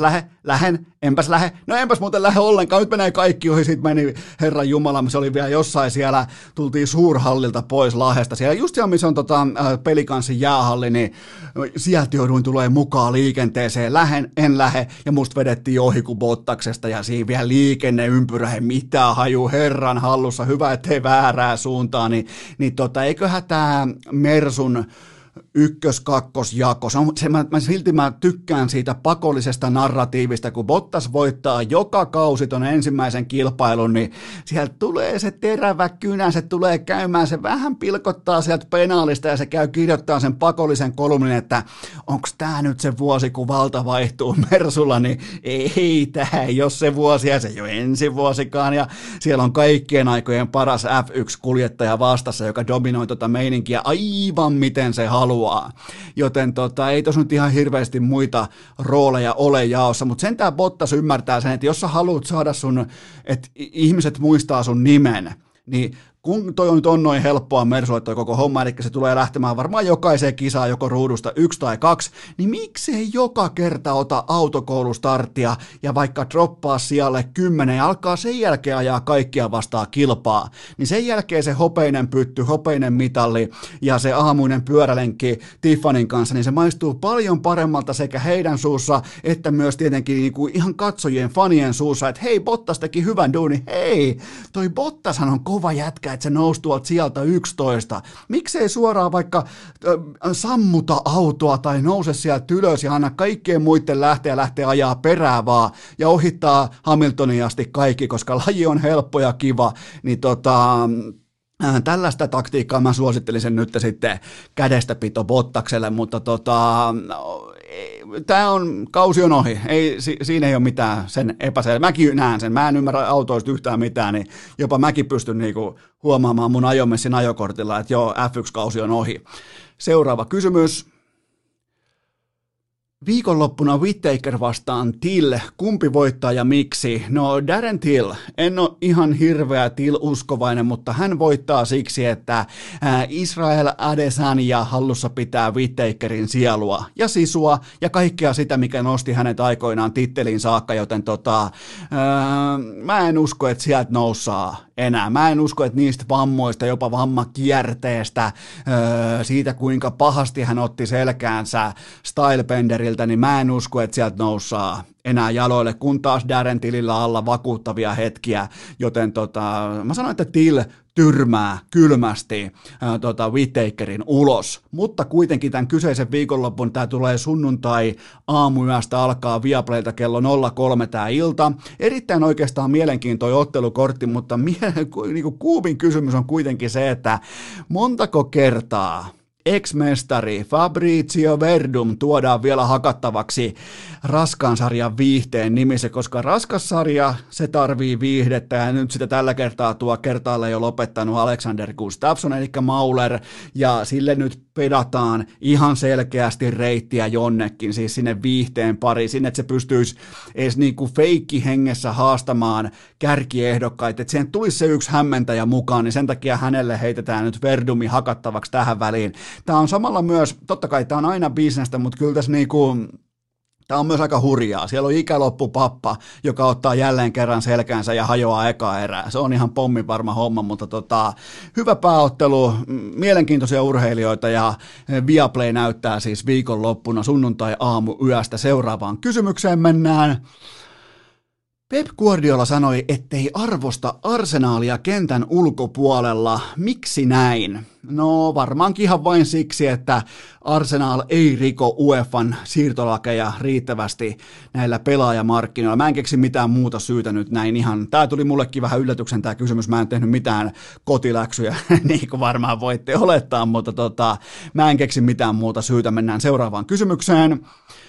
lähe. No enpäs muuten lähe ollenkaan. Nyt menee kaikki ohi. Sitten meni Herran Jumala, se oli vielä jossain siellä. Tultiin suurhallilta pois Lahdesta. Siellä just siellä, missä on Pelikanssin jäähalli, niin sieltä jouduin tulee mukaan liikenteeseen. En lähe. Ja musta vedettiin ohi kuin Bottaksesta ja siinä vielä liikenneympyrä, ei mitään haju Herran hallussa, hyvä ettei väärää suuntaan, niin eiköhän tämä Mersun ykkös-kakkosjako. Silti mä tykkään siitä pakollisesta narratiivista, kun Bottas voittaa joka kausi ton ensimmäisen kilpailun, niin sieltä tulee se terävä kynä, se tulee käymään, se vähän pilkottaa sieltä penaalista ja se käy kirjoittaa sen pakollisen kolumnin, että onks tää nyt se vuosi, kun valta vaihtuu Mersulla, niin ei tää ei ole se vuosi ja se ei ole ensi vuosikaan ja siellä on kaikkien aikojen paras F1-kuljettaja vastassa, joka dominoi tota meininkiä aivan miten se haluaa, joten ei tos nyt ihan hirveästi muita rooleja ole jaossa, mutta sentään Bottas ymmärtää sen, että jos sä haluat saada että ihmiset muistaa sun nimen, niin kun toi on nyt noin helppoa Mersulle toi koko homma, eli se tulee lähtemään varmaan jokaiseen kisaan joko ruudusta 1 tai 2, niin miksei joka kerta ota autokoulustarttia ja vaikka droppaa sijalle 10 ja alkaa sen jälkeen ajaa kaikkia vastaan kilpaa, niin sen jälkeen se hopeinen pytty, hopeinen mitalli ja se aamuinen pyörälenkki Tiffanin kanssa, niin se maistuu paljon paremmalta sekä heidän suussa että myös tietenkin niin kuin ihan katsojien, fanien suussa, että hei, Bottas teki hyvän duunin, hei, toi Bottashan on kova jätkä, että se nousi tuolta sieltä 11. Miksei suoraan vaikka sammuta autoa tai nouse sieltä ylös ja anna kaikkien muiden lähteä ajaa perää vaan ja ohittaa Hamiltonin asti kaikki, koska laji on helppo ja kiva, niin tällaista taktiikkaa mä suosittelisin nyt sitten kädestäpito Bottakselle, mutta tämä on, kausi on ohi, siinä ei ole mitään sen epäselvää. Mäkin näen sen, mä en ymmärrä autoista yhtään mitään, niin jopa mäkin pystyn niinku huomaamaan mun ajomessin ajokortilla, että joo, F1-kausi on ohi. Seuraava kysymys. Viikonloppuna Whittaker vastaan Till. Kumpi voittaa ja miksi? No Darren Till. En ole ihan hirveä Till-uskovainen, mutta hän voittaa siksi, että Israel Adesanya hallussa pitää Whittakerin sielua ja sisua ja kaikkea sitä, mikä nosti hänet aikoinaan tittelin saakka, joten mä en usko, että sieltä noussaa enää. Mä en usko, että niistä vammoista, jopa vammakierteestä, siitä kuinka pahasti hän otti selkäänsä Stylebenderiltä, niin mä en usko, että sieltä noussaa enää jaloille, kun taas Darren Tillillä alla vakuuttavia hetkiä, joten mä sanoin, että Till tyrmää kylmästi Whittakerin ulos, mutta kuitenkin tämän kyseisen viikonlopun tämä tulee sunnuntai aamuyöstä alkaa Viaplaylta kello 03 tämä ilta. Erittäin oikeastaan mielenkiintoinen ottelukortti, mutta niin kuubin kysymys on kuitenkin se, että montako kertaa ex-mestari Fabrizio Verdum tuodaan vielä hakattavaksi raskaan sarjan viihteen nimissä, koska raskas sarja, se tarvii viihdettä ja nyt sitä tällä kertaa tuo kertaalle jo lopettanut Alexander Gustafsson, eli Mauler, ja sille nyt pedataan ihan selkeästi reittiä jonnekin, siis sinne viihteen pariin, sinne, että se pystyisi edes niin kuin feikki hengessä haastamaan kärkiehdokkaita, että siihen tulisi se yksi hämmentäjä mukaan, niin sen takia hänelle heitetään nyt Verdumi hakattavaksi tähän väliin. Tämä on samalla myös, totta kai tämä on aina bisnestä, mutta kyllä tässä niinku, tämä on myös aika hurjaa. Siellä on ikäloppupappa, joka ottaa jälleen kerran selkäänsä ja hajoaa eka erää. Se on ihan pommin varma homma, mutta hyvä pääottelu, mielenkiintoisia urheilijoita ja Viaplay näyttää siis viikonloppuna sunnuntai aamu yöstä. Seuraavaan kysymykseen mennään. Pep Guardiola sanoi, ettei arvosta Arsenalia kentän ulkopuolella. Miksi näin? No varmaankin ihan vain siksi, että Arsenal ei riko UEFan siirtolakeja riittävästi näillä pelaajamarkkinoilla. Mä en keksi mitään muuta syytä nyt näin ihan. Tää tuli mullekin vähän yllätyksen tää kysymys. Mä en tehnyt mitään kotiläksyjä, niin kuin varmaan voitte olettaa, mutta mä en keksi mitään muuta syytä. Mennään seuraavaan kysymykseen.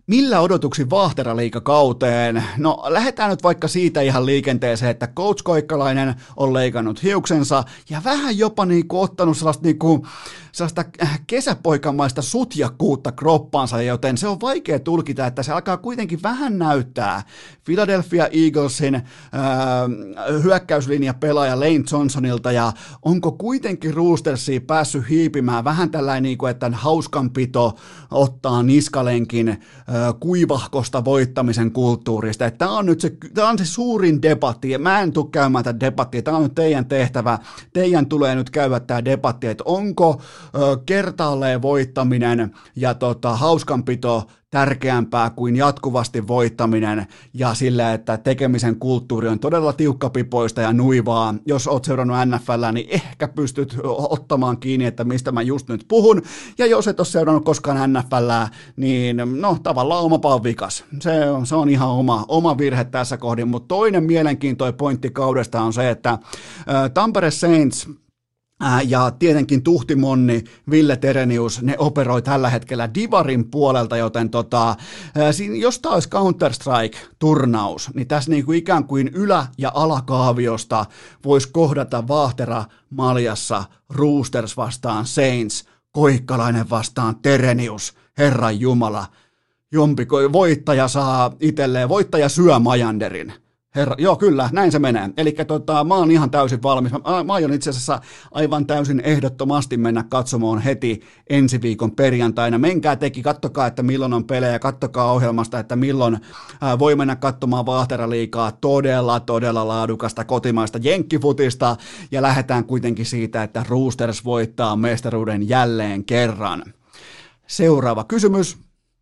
Millä odotuksin Vaahtera-liigakauteen? No lähdetään nyt vaikka siitä ihan liikenteeseen, että Coach Koikkalainen on leikannut hiuksensa ja vähän jopa ottanut sellaista kesäpoikamaista sutjakkuutta kroppaansa, joten se on vaikea tulkita, että se alkaa kuitenkin vähän näyttää Philadelphia Eaglesin hyökkäyslinja pelaaja Lane Johnsonilta, ja onko kuitenkin Roostersia päässyt hiipimään vähän tällainen, että hauskanpito ottaa niskalenkin kuivahkosta voittamisen kulttuurista. Että tämä on se suurin debatti, ja mä en tule käymään tätä debattia, tämä on nyt teidän tehtävä, teidän tulee nyt käydä tämä debatti, että onko kertaalleen voittaminen ja hauskanpito tärkeämpää kuin jatkuvasti voittaminen, ja sillä, että tekemisen kulttuuri on todella tiukkapipoista ja nuivaa. Jos oot seurannut NFL:ää, niin ehkä pystyt ottamaan kiinni, että mistä mä just nyt puhun, ja jos et ole seurannut koskaan NFL:ää, niin no tavallaan oma paan vikas. Se on ihan oma virhe tässä kohdin, mutta toinen mielenkiintoinen pointti kaudesta on se, että Tampere Saints ja tietenkin Tuhtimonni, Ville Terenius, ne operoi tällä hetkellä Divarin puolelta, joten jos tämä olisi Counter-Strike-turnaus, niin tässä ikään kuin ylä- ja alakaaviosta voisi kohdata Vaahtera maljassa Roosters vastaan Saints, Koikkalainen vastaan Terenius, Herran Jumala, voittaja saa itselleen, voittaja syö Majanderin. Joo, kyllä, näin se menee. Eli mä oon ihan täysin valmis. Mä aion itse asiassa aivan täysin ehdottomasti mennä katsomaan heti ensi viikon perjantaina. Menkää kattokaa, että milloin on pelejä, kattokaa ohjelmasta, että milloin voi mennä katsomaan Vaahtera-liigaa todella laadukasta kotimaista jenkkifutista, ja lähdetään kuitenkin siitä, että Roosters voittaa mestaruuden jälleen kerran. Seuraava kysymys.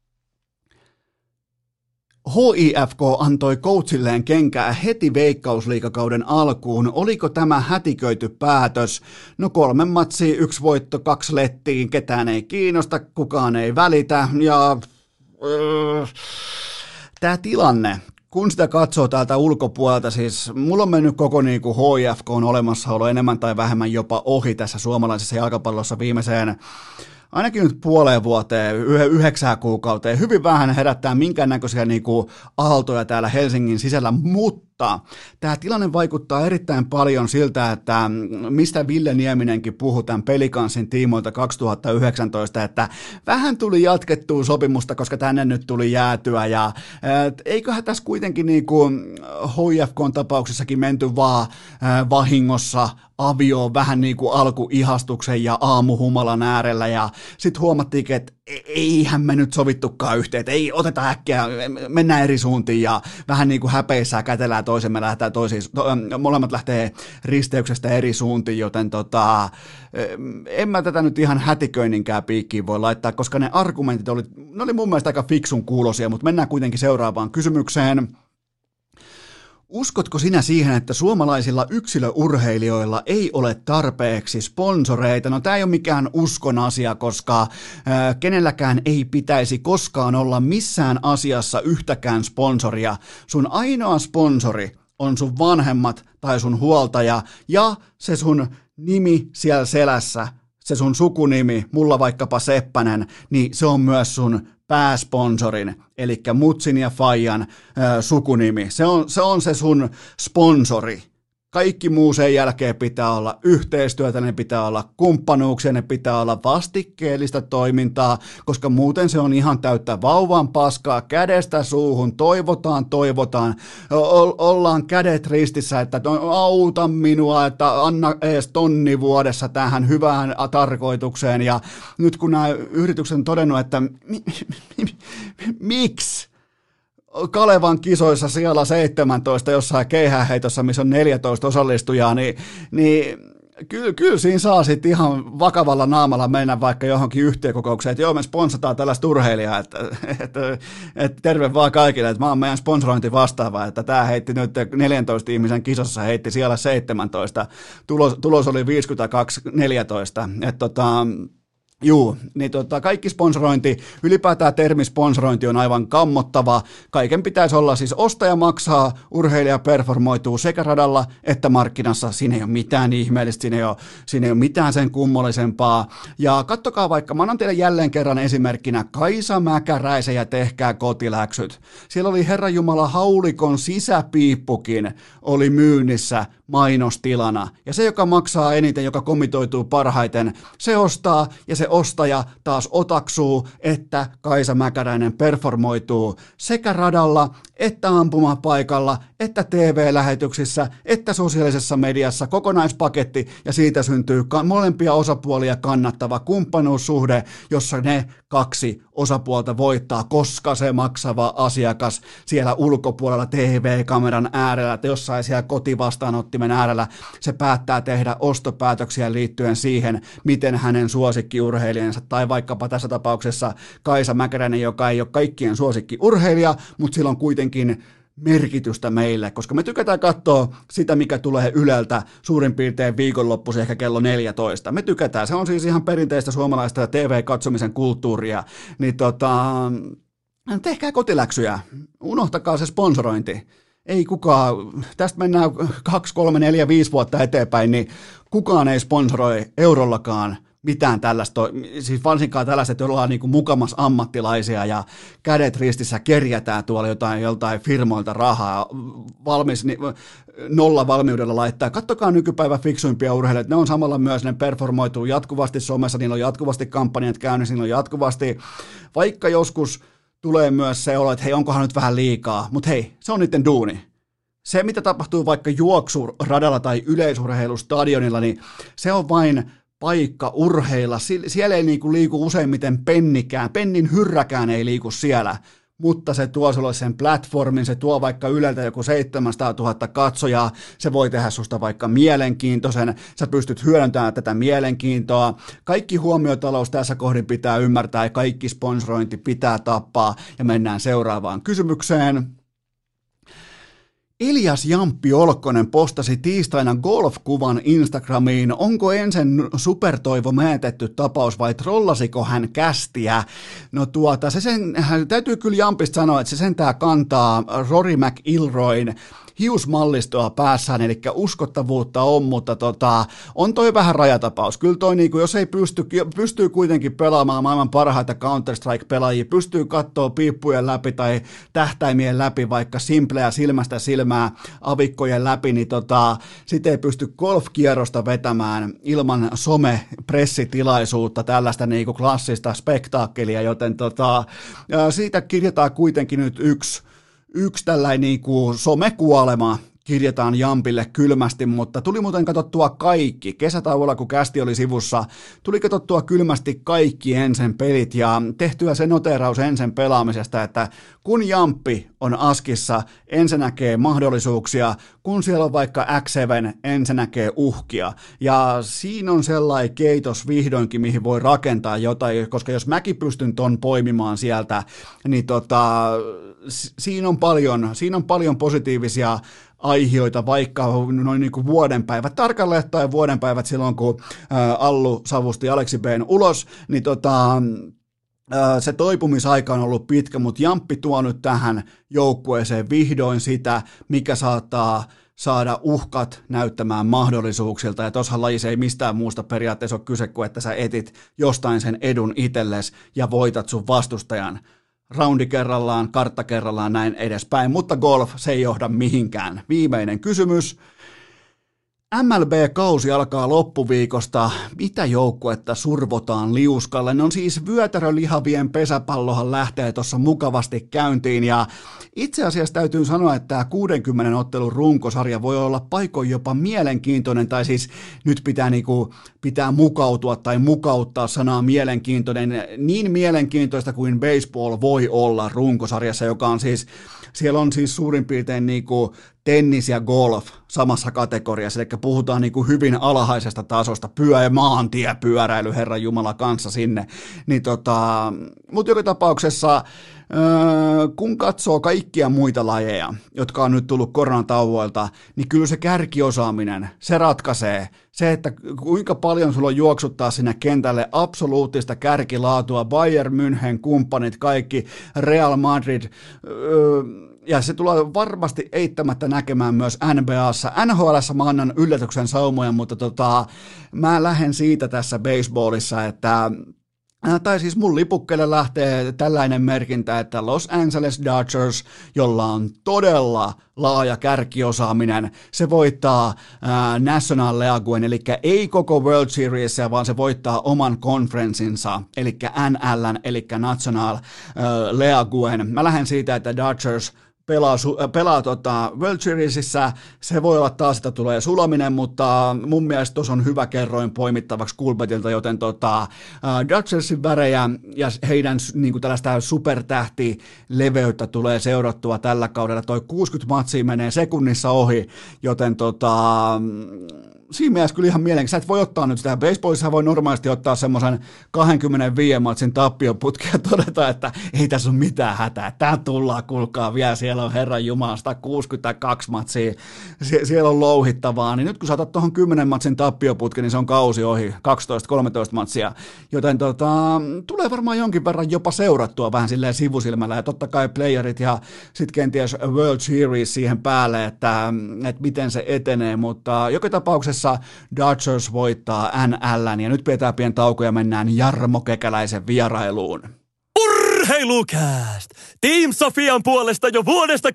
HIFK antoi coachilleen kenkää heti Veikkausliigakauden alkuun. Oliko tämä hätiköity päätös? No 3 matsia, 1 voitto, 2 lettiin, ketään ei kiinnosta, kukaan ei välitä. Ja tämä tilanne, kun sitä katsoo täältä ulkopuolelta, siis mulla on mennyt koko HIFK on olemassaolo enemmän tai vähemmän jopa ohi tässä suomalaisessa jalkapallossa viimeiseen ainakin nyt puoleen vuoteen, 9 kuukauteen, hyvin vähän herättää minkäännäköisiä aaltoja täällä Helsingin sisällä, mutta tämä tilanne vaikuttaa erittäin paljon siltä, että mistä Ville Nieminenkin puhui tämän Pelikansin tiimoilta 2019, että vähän tuli jatkettua sopimusta, koska tänne nyt tuli jäätyä, ja eiköhän tässä kuitenkin HIFK:n tapauksessakin menty vaan vahingossa avioon vähän alkuihastuksen ja aamuhumalan äärellä, ja sitten huomattiinkin, että eihän me nyt sovittukaan yhteen, että ei oteta äkkiä, mennään eri suuntiin, ja vähän häpeissään kätellään toisemme, lähdetään molemmat lähtee risteyksestä eri suuntiin, joten en mä tätä nyt ihan hätiköinninkään piikkiin voi laittaa, koska ne argumentit oli mun mielestä aika fiksun kuulosia, mutta mennään kuitenkin seuraavaan kysymykseen. Uskotko sinä siihen, että suomalaisilla yksilöurheilijoilla ei ole tarpeeksi sponsoreita? No tämä ei ole mikään uskon asia, koska kenelläkään ei pitäisi koskaan olla missään asiassa yhtäkään sponsoria. Sun ainoa sponsori on sun vanhemmat tai sun huoltaja ja se sun nimi siellä selässä, se sun sukunimi, mulla vaikkapa Seppänen, niin se on myös sun pääsponsorin, eli Mutsin ja Fajan sukunimi. Se on se sun sponsori. Kaikki muu sen jälkeen pitää olla yhteistyötä, ne pitää olla kumppanuuksia, ne pitää olla vastikkeellista toimintaa, koska muuten se on ihan täyttä vauvan paskaa kädestä suuhun, toivotaan, ollaan kädet ristissä, että auta minua, että anna ees 1,000 vuodessa tähän hyvään tarkoitukseen, ja nyt kun nämä yritykset on todennut, että miksi? Kalevan kisoissa siellä 17 jossain keihäänheitossa, missä on 14 osallistujaa, niin kyllä siinä saa sitten ihan vakavalla naamalla mennä vaikka johonkin yhtiökokoukseen, että joo, me sponsataan tällaista urheilijaa, että terve vaan kaikille, että mä oon meidän sponsorointi vastaava, että tää heitti nyt 14 ihmisen kisossa, heitti siellä 17, tulos oli 52-14, että Juu, niin kaikki sponsorointi, ylipäätään termi sponsorointi on aivan kammottava. Kaiken pitäisi olla siis ostaja maksaa, urheilija performoituu sekä radalla että markkinassa. Siinä ei ole mitään ihmeellistä, siinä ei ole mitään sen kummollisempaa. Ja kattokaa vaikka, mä annan teille jälleen kerran esimerkkinä Kaisa Mäkäräisen ja tehkää kotiläksyt. Siellä oli Herranjumala haulikon sisäpiippukin oli myynnissä mainostilana. Ja se, joka maksaa eniten, joka komitoituu parhaiten, se ostaa ja se ostaja taas otaksuu, että Kaisa Mäkäräinen performoituu sekä radalla, että ampumapaikalla, että TV-lähetyksissä, että sosiaalisessa mediassa, kokonaispaketti, ja siitä syntyy molempia osapuolia kannattava kumppanuussuhde, jossa ne kaksi osapuolta voittaa, koska se maksava asiakas siellä ulkopuolella TV-kameran äärellä, että jossain siellä kotivastaanottimen äärellä, se päättää tehdä ostopäätöksiä liittyen siihen, miten hänen suosikkiurheilijansa, tai vaikkapa tässä tapauksessa Kaisa Mäkäräinen, joka ei ole kaikkien suosikkiurheilija, mutta sillä on kuitenkin merkitystä meille, koska me tykätään katsoa sitä, mikä tulee Yleltä suurin piirtein viikonloppuisin ehkä kello 14. Me tykätään, se on siis ihan perinteistä suomalaista TV-katsomisen kulttuuria, niin tehkää kotiläksyjä, unohtakaa se sponsorointi. Ei kukaan, tästä mennään 2, 3, 4, 5 vuotta eteenpäin, niin kukaan ei sponsoroi eurollakaan mitään tällaista, siis varsinkaan tällaista, että ollaan niin kuin mukamas ammattilaisia ja kädet ristissä kerjätään tuolla joltain firmoilta rahaa, valmis nolla valmiudella laittaa. Kattokaa nykypäivän fiksuimpia urheilijoita, ne on samalla myös, ne performoituu jatkuvasti somessa, niillä on jatkuvasti kampanjat käynnissä, niillä on jatkuvasti, vaikka joskus tulee myös se olo, että hei, onkohan nyt vähän liikaa, mutta hei, se on niiden duuni. Se, mitä tapahtuu vaikka juoksuradalla tai yleisurheilustadionilla, niin se on vain paikka urheilla. Siellä ei liiku useimmiten pennikään, pennin hyrräkään ei liiku siellä, mutta se tuo sulle sen platformin, se tuo vaikka Yleltä joku 700 000 katsojaa, se voi tehdä susta vaikka mielenkiintoisen, sä pystyt hyödyntämään tätä mielenkiintoa. Kaikki huomiotalous tässä kohdin pitää ymmärtää ja kaikki sponsorointi pitää tappaa ja mennään seuraavaan kysymykseen. Elias Jamppi Olkkonen postasi tiistaina golfkuvan Instagramiin. Onko ensin supertoivo menetetty tapaus vai trollasiko hän kästiä? No täytyy kyllä Jampista sanoa, että se sentään kantaa Rory McIlroyn hiusmallistoa päässään, eli uskottavuutta on, mutta on toi vähän rajatapaus. Kyllä toi, jos ei pystyy kuitenkin pelaamaan maailman parhaita Counter-Strike-pelaajia, pystyy katsoa piippujen läpi tai tähtäimien läpi, vaikka simpleä silmästä silmää avikkojen läpi, niin sitten ei pysty golfkierrosta vetämään ilman some-pressitilaisuutta, tällaista klassista spektaakkelia, joten siitä kirjataan kuitenkin nyt yksi tällainen somekuolema kirjataan Jampille kylmästi, mutta tuli muuten katsottua kaikki. Kesätauolla, kun kästi oli sivussa, tuli katsottua kylmästi kaikki ensin pelit ja tehtyä se noteeraus ensin pelaamisesta, että kun Jamppi on askissa, ensin näkee mahdollisuuksia, kun siellä on vaikka X7, ensin näkee uhkia. Ja siinä on sellainen keitos vihdoinkin, mihin voi rakentaa jotain, koska jos mäkin pystyn ton poimimaan sieltä, niin siinä on paljon positiivisia aihioita, vaikka noin niin kuin vuodenpäivät, tarkalleen tai vuodenpäivät silloin, kun Allu savusti Aleksi B:n ulos, niin se toipumisaika on ollut pitkä, mutta Jamppi tuo nyt tähän joukkueeseen vihdoin sitä, mikä saattaa saada uhkat näyttämään mahdollisuuksilta, ja tuossa lajissa ei mistään muusta periaatteessa ole kyse kuin, että sä etit jostain sen edun itsellesi ja voitat sun vastustajan. Roundi kerrallaan, kartta kerrallaan, näin edespäin, mutta golf, se ei johda mihinkään. Viimeinen kysymys. MLB-kausi alkaa loppuviikosta. Mitä joukkuetta survotaan liuskalle? No siis vyötärölihavien pesäpallohan lähtee tuossa mukavasti käyntiin ja itse asiassa täytyy sanoa, että tämä 60 ottelun runkosarja voi olla paikoin jopa mielenkiintoinen, tai siis nyt pitää mukautua tai mukauttaa sanaa mielenkiintoinen, niin mielenkiintoista kuin baseball voi olla runkosarjassa, joka on siis, siellä on siis suurin piirtein tennis ja golf samassa kategoriassa, eli puhutaan niin kuin hyvin alhaisesta tasosta, maantiepyöräily Herran Jumala kanssa sinne, niin mutta joka tapauksessa kun katsoo kaikkia muita lajeja, jotka on nyt tullut koronatauoilta, niin kyllä se kärkiosaaminen, se ratkaisee. Se, että kuinka paljon sulla on juoksuttaa sinne kentälle absoluuttista kärkilaatua, Bayern München, kumppanit, kaikki, Real Madrid, ja se tulee varmasti eittämättä näkemään myös NBAssa. NHL:ssä mä annan yllätyksen saumoja, mutta mä lähden siitä tässä baseballissa, että tai siis mun lipukkeelle lähtee tällainen merkintä, että Los Angeles Dodgers, jolla on todella laaja kärkiosaaminen, se voittaa National Leagueen, eli ei koko World Seriesia, vaan se voittaa oman konferenssinsa, eli NL:n, eli National Leagueen. Mä lähden siitä, että Dodgers pelaa World Seriesissä, se voi olla taas, että tulee sulaminen, mutta mun mielestä tuossa on hyvä kerroin poimittavaksi Kulpetilta, joten Dodgersin värejä ja heidän niin kuin tällaista supertähtileveyttä tulee seurattua tällä kaudella. Toi 60 matsia menee sekunnissa ohi, joten siinä mielessä kyllä ihan mielenkiintoista. Sä et voi ottaa nyt sitä. Baseballissa voi normaalisti ottaa semmoisen 25 matsin tappioputkia ja todeta, että ei tässä ole mitään hätää. Tää tullaan, kuulkaa vielä. Siellä on Herran Jumala 162 matsia. Siellä on louhittavaa. Niin nyt kun saatat tuohon 10 matsin tappioputki, niin se on kausi ohi. 12-13 matsia. Joten tulee varmaan jonkin verran jopa seurattua vähän silleen sivusilmällä. Ja totta kai playerit ja sitten kenties World Series siihen päälle, että miten se etenee. Mutta joka tapauksessa Dodgers voittaa NL:n ja nyt pidetään pieni tauko ja mennään Jarmo Kekäläisen vierailuun. Urheilukääst! Team Sofian puolesta jo vuodesta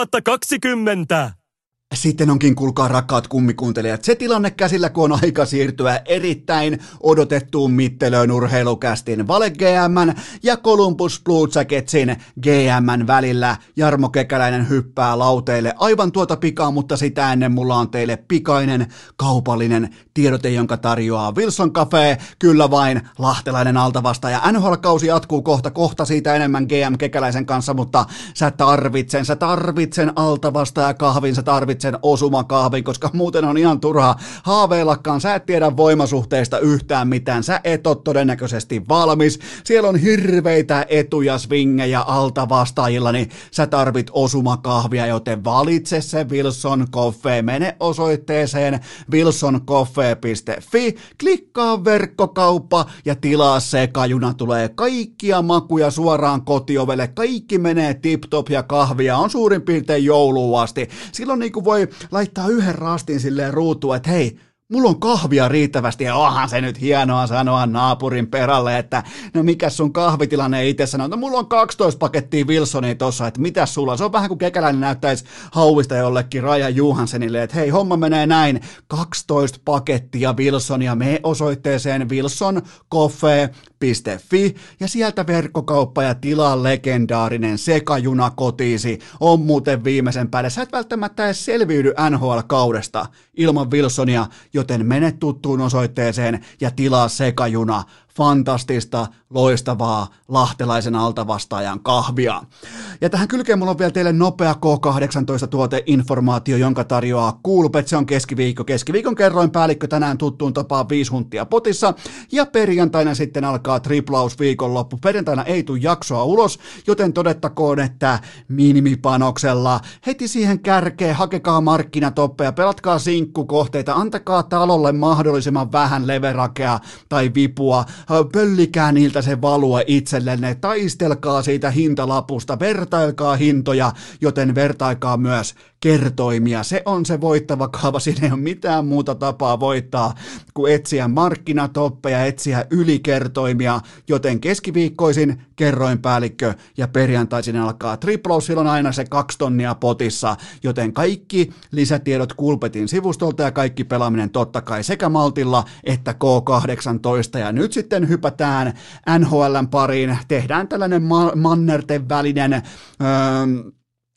2020! Sitten onkin, kuulkaa rakkaat kummikuuntelijat, se tilanne käsillä, kun on aika siirtyä erittäin odotettuun mittelöön urheilukästin Vale GM:n ja Columbus Blue Jacketsin GM:n välillä. Jarmo Kekäläinen hyppää lauteille aivan tuota pikaa, mutta sitä ennen mulla on teille pikainen kaupallinen tiedote, jonka tarjoaa Wilson Cafe. Kyllä vain, lahtelainen altavastaaja. NHL-kausi jatkuu kohta siitä enemmän GM Kekäläisen kanssa, mutta sä tarvitsen altavastaaja kahvin, sä tarvitsen osumakahvin, koska muuten on ihan turha haaveillakaan. Sä et tiedä voimasuhteista yhtään mitään. Sä et ole todennäköisesti valmis. Siellä on hirveitä etuja, swingejä altavastaajilla, niin sä tarvit osumakahvia, joten valitse se Wilson Coffee. Mene osoitteeseen wilsoncoffee.fi, klikkaa verkkokauppa ja tilaa sekajuna. Tulee kaikkia makuja suoraan kotiovelle. Kaikki menee tip-top ja kahvia on suurin piirtein jouluun asti. Silloin niin kuin voi laittaa yhden rastin silleen ruutuun, että hei, mulla on kahvia riittävästi ja onhan se nyt hienoa sanoa naapurin perälle, että no mikä sun kahvitilanne itse sanoo, no mulla on 12 pakettia Wilsonia tossa, että mitäs sulla, se on vähän kuin Kekäläinen näyttäisi hauista jollekin Raja Johansenille, että hei, homma menee näin, 12 pakettia Wilsonia, mene osoitteeseen wilsoncoffee.fi ja sieltä verkkokauppa ja tilaa legendaarinen sekajuna kotiisi, on muuten viimeisen päälle, sä et välttämättä edes selviydy NHL-kaudesta ilman Wilsonia, joten mene tuttuun osoitteeseen ja tilaa sekajuna. Fantastista, loistavaa, lahtelaisen altavastaajan kahvia. Ja tähän kylkeen mulla on vielä teille nopea K18-tuoteinformaatio, jonka tarjoaa Coolbet. Se on keskiviikko. Keskiviikon kerroinpäällikkö tänään tuttuun tapaan 5 hunttia potissa. Ja perjantaina sitten alkaa triplaus viikonloppu. Perjantaina ei tule jaksoa ulos, joten todettakoon, että minimipanoksella heti siihen kärkeen hakekaa markkinatoppeja, pelatkaa sinkkukohteita, antakaa talolle mahdollisimman vähän leverakea tai vipua, pöllikää niiltä se value itsellenne, taistelkaa siitä hintalapusta, vertailkaa hintoja, joten vertaikaa myös kertoimia. Se on se voittava kaava, siinä ei ole mitään muuta tapaa voittaa kuin etsiä markkinatoppeja, etsiä ylikertoimia, joten keskiviikkoisin kerroinpäällikkö ja perjantaisin alkaa triplaus, silloin aina se 2 tonnia potissa, joten kaikki lisätiedot Coolbetin sivustolta ja kaikki pelaaminen totta kai sekä Maltilla että K18 ja nyt sitten hypätään NHL:n pariin, tehdään tällainen mannerten välinen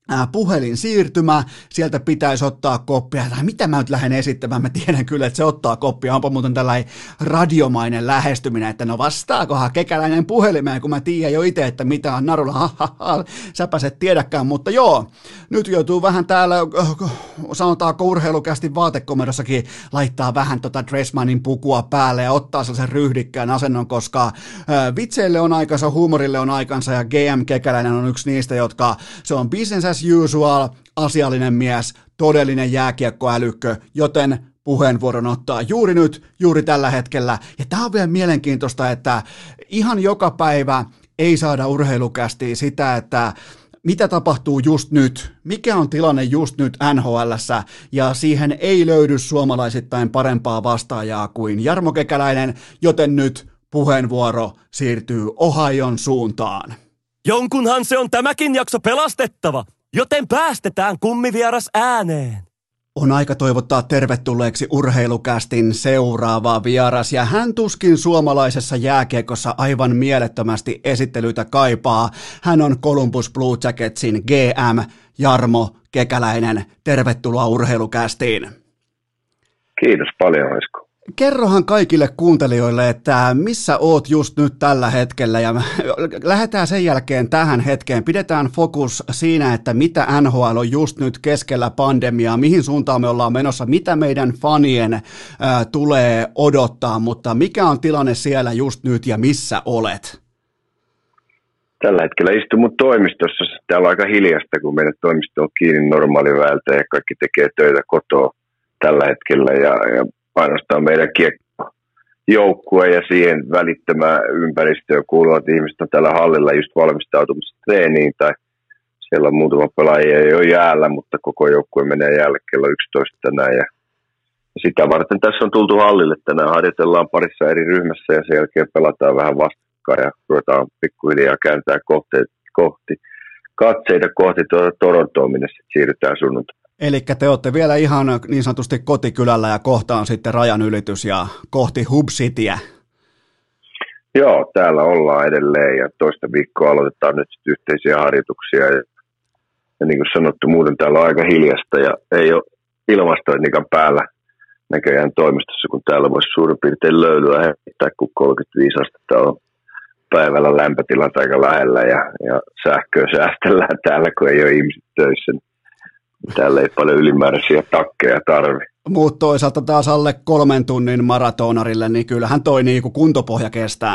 puhelinsiirtymä, sieltä pitäisi ottaa koppia, tai mitä mä nyt lähden esittämään, mä tiedän kyllä, että se ottaa koppia, onpa muuten tällainen radiomainen lähestyminen, että no vastaakohan Kekäläinen puhelimeen, kun mä tiedän jo itse, että mitä on narulla, säpä se tiedäkään, mutta joo, nyt joutuu vähän täällä, sanotaanko urheilukästi vaatekomerossakin laittaa vähän tota Dressmanin pukua päälle ja ottaa sellaisen ryhdikkään asennon, koska vitseille on aikansa, huumorille on aikansa ja GM Kekäläinen on yksi niistä, jotka se on business as usual, asiallinen mies, todellinen jääkiekkoälykkö, joten puheenvuoron ottaa juuri nyt, juuri tällä hetkellä. Ja tämä on vielä mielenkiintoista, että ihan joka päivä ei saada urheilukästiä sitä, että mitä tapahtuu just nyt, mikä on tilanne just nyt NHL:ssä, ja siihen ei löydy suomalaisittain parempaa vastaajaa kuin Jarmo Kekäläinen, joten nyt puheenvuoro siirtyy Ohion suuntaan. Jonkunhan se on tämäkin jakso pelastettava, joten päästetään kummivieras ääneen. On aika toivottaa tervetulleeksi urheilukästin seuraava vieras, ja hän tuskin suomalaisessa jääkiekossa aivan mielettömästi esittelyitä kaipaa. Hän on Columbus Blue Jacketsin GM Jarmo Kekäläinen. Tervetuloa urheilukästiin. Kiitos paljon, Esko. Kerrohan kaikille kuuntelijoille, että missä oot just nyt tällä hetkellä, ja lähdetään sen jälkeen tähän hetkeen. Pidetään fokus siinä, että mitä NHL on just nyt keskellä pandemiaa, mihin suuntaan me ollaan menossa, mitä meidän fanien tulee odottaa, mutta mikä on tilanne siellä just nyt ja missä olet? Tällä hetkellä istun mun toimistossa. Täällä on aika hiljasta, kun meidän toimisto on kiinni normaaliväeltä ja kaikki tekee töitä kotoa tällä hetkellä ja ainoastaan meidän joukkue ja siihen välittömään ympäristöön kuuluvat ihmiset on täällä hallilla just valmistautumassa treeniin tai siellä on muutama pelaaja jo jäällä, mutta koko joukkue menee jäälle kello 11 tänään ja sitä varten tässä on tultu hallille tänään. Harjoitellaan parissa eri ryhmässä ja sen jälkeen pelataan vähän vastakkain ja ruvetaan pikkuhiljaa kääntää katseita kohti Torontoa, minne sitten siirrytään sunnuntaina. Eli te olette vielä ihan niin sanotusti kotikylällä ja kohta on sitten rajan ylitys ja kohti Hub Cityä. Joo, täällä ollaan edelleen ja toista viikkoa aloitetaan nyt yhteisiä harjoituksia. Ja niin kuin sanottu, muuten täällä on aika hiljasta ja ei ole ilmastoinnikan päällä näköjään toimistossa, kun täällä voisi suurin piirtein löylyä heittää, kun 35 astetta on päivällä lämpötilat aika lähellä ja sähköä säästellään täällä, kun ei ole ihmiset töissä. Täällä ei paljon ylimääräisiä takkeja tarvi. Mutta toisaalta taas alle 3 tunnin maratonarille, niin kyllähän toi niinku kuntopohja kestää.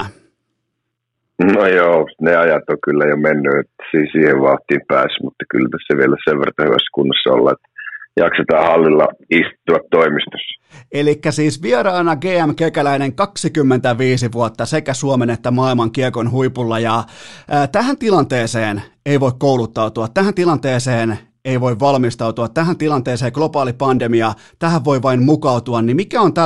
No joo, ne ajat on kyllä jo mennyt, että siihen vauhtiin pääsi, mutta kyllä tässä vielä sen verran hyvässä kunnossa olla, että jaksetaan hallilla istua toimistossa. Elikkä siis vieraana GM Kekäläinen 25 vuotta sekä Suomen että maailman kiekon huipulla, ja tähän tilanteeseen ei voi kouluttautua, tähän tilanteeseen ei voi valmistautua, tähän tilanteeseen globaali pandemia, tähän voi vain mukautua, niin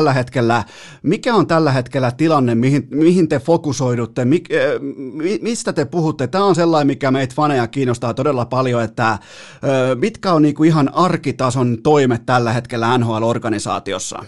mikä on tällä hetkellä tilanne, mihin te fokusoidutte, mistä te puhutte? Tämä on sellainen, mikä meitä faneja kiinnostaa todella paljon, että mitkä on niinku ihan arkitason toimet tällä hetkellä NHL-organisaatiossa?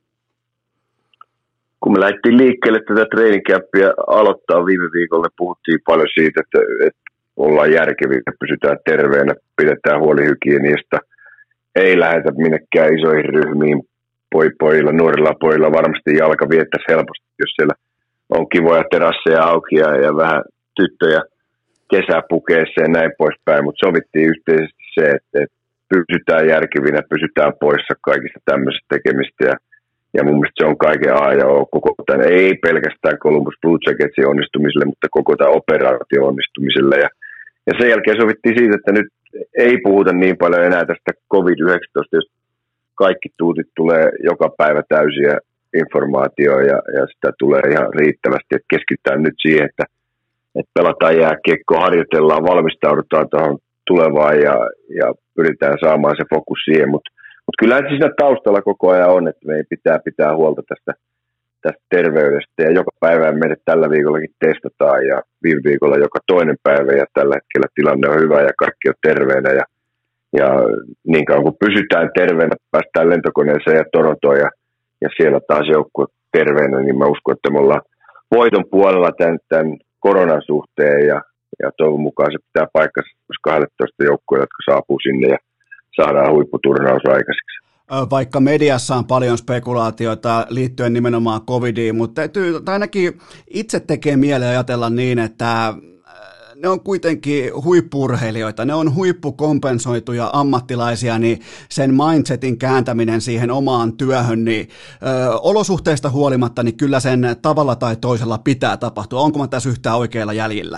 Kun me lähdettiin liikkeelle tätä treeninkäppiä aloittaa viime viikolla, puhuttiin paljon siitä, että ollaan järkeviä, pysytään terveenä, pidetään huoli hygieniasta, ei lähdetä minnekään isoihin ryhmiin nuorilla pojilla varmasti jalka viettäisi helposti, jos siellä on kivoja terasseja auki ja vähän tyttöjä kesäpukeissa ja näin poispäin, mutta sovittiin yhteisesti se, että pysytään järkevinä, pysytään poissa kaikista tämmöisistä tekemistä ja mun mielestä se on kaiken A ja O koko tämän, ei pelkästään Columbus Blue Jacketsin onnistumiselle, mutta koko tämän operaation onnistumiselle. Ja sen jälkeen sovittiin siitä, että nyt ei puhuta niin paljon enää tästä COVID-19, jos kaikki tuutit tulee joka päivä täysiä informaatioa ja sitä tulee ihan riittävästi, että keskitytään nyt siihen, että pelataan jääkiekkoa, harjoitellaan, valmistaudutaan tuohon tulevaan ja pyritään saamaan se fokus siihen, mutta kyllähän siinä taustalla koko ajan on, että meidän pitää huolta tästä terveydestä ja joka päivä meidät tällä viikollakin testataan ja viime viikolla joka toinen päivä ja tällä hetkellä tilanne on hyvä ja kaikki on terveenä ja niin kauan kun pysytään terveenä, päästään lentokoneeseen ja Torontoon ja siellä taas joukkue terveenä, niin mä uskon, että me ollaan voiton puolella tämän koronan suhteen ja ja toivon mukaan se pitää paikkansa 12 joukkoja, jotka saapuu sinne ja saadaan huipputurnaus aikaiseksi. Vaikka mediassa on paljon spekulaatioita liittyen nimenomaan covidiin, mutta täytyy, tai ainakin itse tekee mieleen ajatella niin, että ne on kuitenkin huippu-urheilijoita, ne on huippukompensoituja ammattilaisia, niin sen mindsetin kääntäminen siihen omaan työhön, niin olosuhteista huolimatta, niin kyllä sen tavalla tai toisella pitää tapahtua. Onko mä tässä yhtään oikealla jäljellä?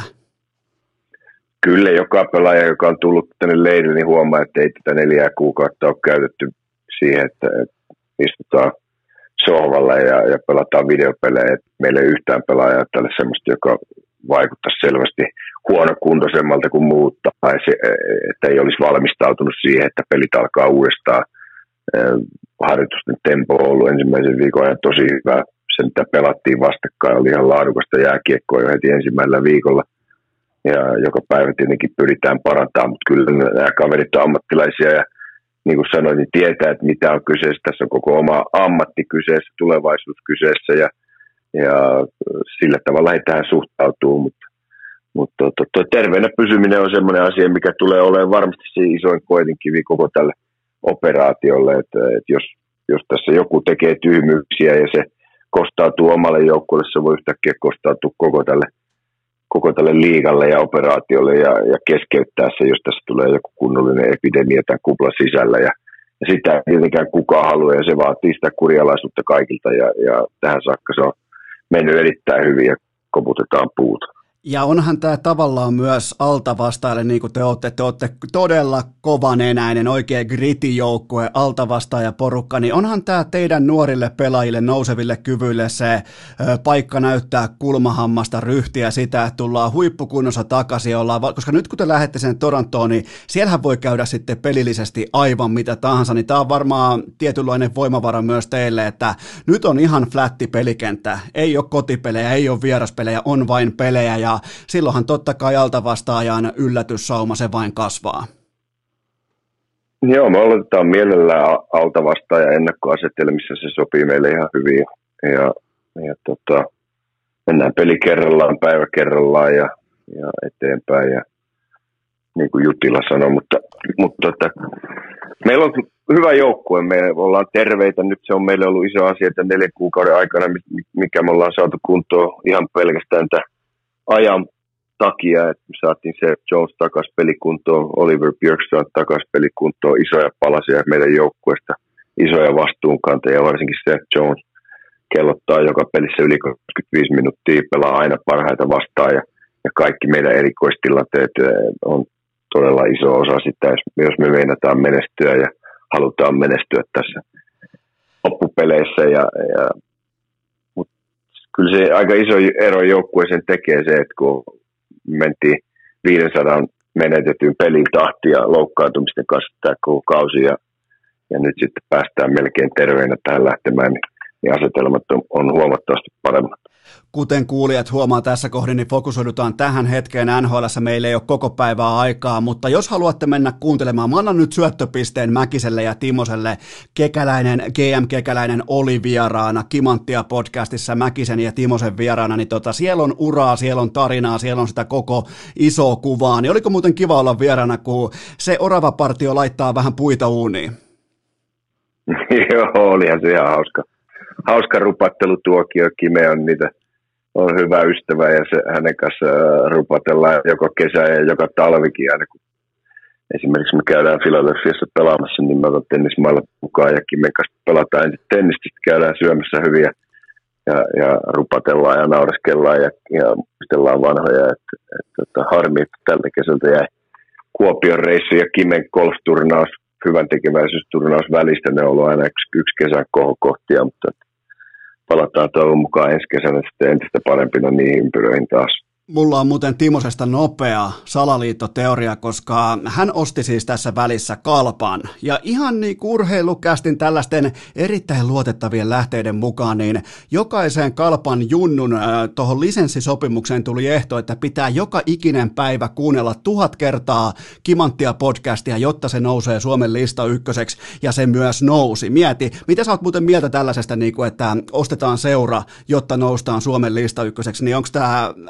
Kyllä, joka pelaaja, joka on tullut tänne leirille, niin huomaa, että ei tätä 4 kuukautta ole käytetty siihen, että istutaan sohvalla ja pelataan videopelejä. Et meillä ei yhtään pelaajaa tälle semmoista, joka vaikuttaisi selvästi huonokuntoisemmalta kuin muut, tai että ei olisi valmistautunut siihen, että pelit alkaa uudestaan. Harjoitusten tempo on ollut ensimmäisen viikon ajan tosi hyvä. Se, mitä pelattiin vastakkain, oli ihan laadukasta jääkiekkoa jo heti ensimmäisellä viikolla. Ja joka päivä tietenkin pyritään parantamaan, mutta kyllä nämä kaverit on ammattilaisia ja niin kuin sanoin, niin tietää, että mitä on kyseessä. Tässä on koko oma ammatti kyseessä, tulevaisuus kyseessä ja sillä tavalla he tähän suhtautuu. Mutta terveenä pysyminen on semmoinen asia, mikä tulee olemaan varmasti se isoin koetinkivi koko tälle operaatiolle. Että jos tässä joku tekee tyhmyyksiä ja se kostautuu omalle joukkueelle, se voi yhtäkkiä kostautua koko tälle liigalle ja operaatiolle ja keskeyttää se, jos tässä tulee joku kunnollinen epidemia tämän kuplan sisällä. Ja sitä ei tietenkään kukaan halua ja se vaatii sitä kurialaisuutta kaikilta ja tähän saakka se on mennyt erittäin hyvin ja koputetaan puuta. Ja onhan tämä tavallaan myös altavastaajalle, niin kuin te olette todella kovanenäinen, oikein gritijoukkue, altavastaajaporukka, niin onhan tämä teidän nuorille pelaajille, nouseville kyvyille se paikka näyttää kulmahammasta ryhtiä sitä, että tullaan huippukunnossa takaisin, koska nyt kun te lähdette sen Torontoon, niin siellähän voi käydä sitten pelillisesti aivan mitä tahansa, niin tämä on varmaan tietynlainen voimavara myös teille, että nyt on ihan flätti pelikenttä, ei ole kotipelejä, ei ole vieraspelejä, on vain pelejä ja silloinhan totta kai altavastaajan yllätyssauma se vain kasvaa. Joo, me aloitetaan mielellään altavastaajan ennakkoasetelmissa, se sopii meille ihan hyvin ja mennään peli kerrallaan, päivä kerrallaan ja eteenpäin ja niin kuin Jutila sanoi, mutta meillä on hyvä joukkue, me ollaan terveitä, nyt se on meille ollut iso asia, että 4 kuukauden aikana, mikä me ollaan saatu kuntoon ihan pelkästään ajan takia, että me saatiin se Jones takaisin pelikuntoon, Oliver Björkstrand takaisin pelikuntoon, isoja palasia meidän joukkueesta, isoja vastuunkantajia, varsinkin se Jones kellottaa joka pelissä yli 25 minuuttia, pelaa aina parhaita vastaan ja kaikki meidän erikoistilanteet on todella iso osa sitä, jos me meinataan menestyä ja halutaan menestyä tässä loppupeleissä mutta kyllä se aika iso ero joukkueeseen tekee se, että kun mentiin 500 menetetyn pelin tahti ja loukkaantumisten kanssa tämä koko kausi ja nyt sitten päästään melkein terveenä tähän lähtemään, niin asetelmat on huomattavasti paremmat. Kuten kuulijat huomaa tässä kohdin, niin fokusoidutaan tähän hetkeen NHL:ssä. Meillä ei ole koko päivää aikaa, mutta jos haluatte mennä kuuntelemaan, mä annan nyt syöttöpisteen Mäkiselle ja Timoselle. GM Kekäläinen oli vieraana Kimanttia podcastissa Mäkisen ja Timosen vieraana, niin siellä on uraa, siellä on tarinaa, siellä on sitä koko isoa kuvaa. Niin oliko muuten kiva olla vieraana, kun se orava-partio laittaa vähän puita uuniin? Joo, olihan se ihan hauska rupattelutuokio. Kime on hyvä ystävä ja hänen kanssa rupatellaan joka kesä ja joka talvikin aina. Kun esimerkiksi me käydään Philadelphiassa pelaamassa, niin me otan tennismailla mukaan ja Kimen kanssa pelataan ensin tennistä, sitten käydään syömässä hyviä ja rupatellaan ja naureskellaan ja muistellaan vanhoja. Harmi, että tältä kesältä jäi Kuopion reissu ja Kimen golf-turnaus, hyvän tekeväisyysturnaus välistä. Ne on ollut aina yksi kesän kohokohtia, mutta palataan toivon mukaan ensi kesänä sitten entistä parempina niihin ympyröihin taas. Mulla on muuten Timosesta nopea salaliittoteoria, koska hän osti siis tässä välissä Kalpan. Ja ihan niin kuin urheilukästin tällaisten erittäin luotettavien lähteiden mukaan, niin jokaisen Kalpan junnun tuohon lisenssisopimukseen tuli ehto, että pitää joka ikinen päivä kuunnella 1000 kertaa Kimanttia podcastia, jotta se nousee Suomen lista ykköseksi, ja se myös nousi. Mieti, mitä sä oot muuten mieltä tällaisesta, niin kuin, että ostetaan seura, jotta noustaan Suomen lista ykköseksi, niin onko tämä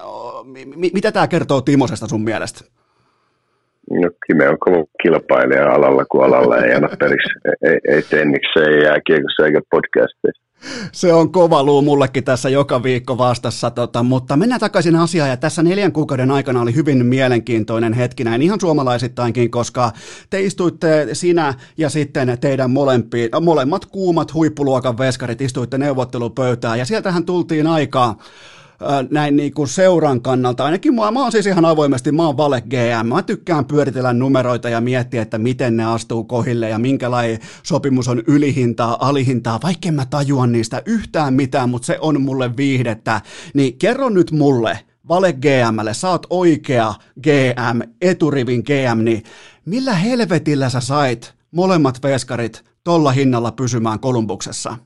mitä tämä kertoo Timosesta sun mielestä? No, Kime on kova kilpailija alalla, kun alalla ei anna periksi. Ei tennikseen, ei jääkiekossa eikä podcasteissa. Se on kova luu mullekin tässä joka viikko vastassa, mutta mennään takaisin asiaan, ja tässä 4 kuukauden aikana oli hyvin mielenkiintoinen hetki näin ihan suomalaisittainkin, koska te istuitte, sinä ja sitten teidän molemmat kuumat huippuluokan veskarit istuitte neuvottelupöytään, ja sieltähän tultiin aikaa näin niin kuin seuran kannalta, ainakin mä oon siis ihan avoimesti, mä oon Vale GM, mä tykkään pyöritellä numeroita ja miettiä, että miten ne astuu kohille ja minkälainen sopimus on ylihintaa, alihintaa, vaikka mä tajuan niistä yhtään mitään, mutta se on mulle viihdettä, niin kerro nyt mulle, Vale GM:lle, sä oot oikea GM, eturivin GM, niin millä helvetillä sä sait molemmat veskarit tolla hinnalla pysymään Kolumbuksessa?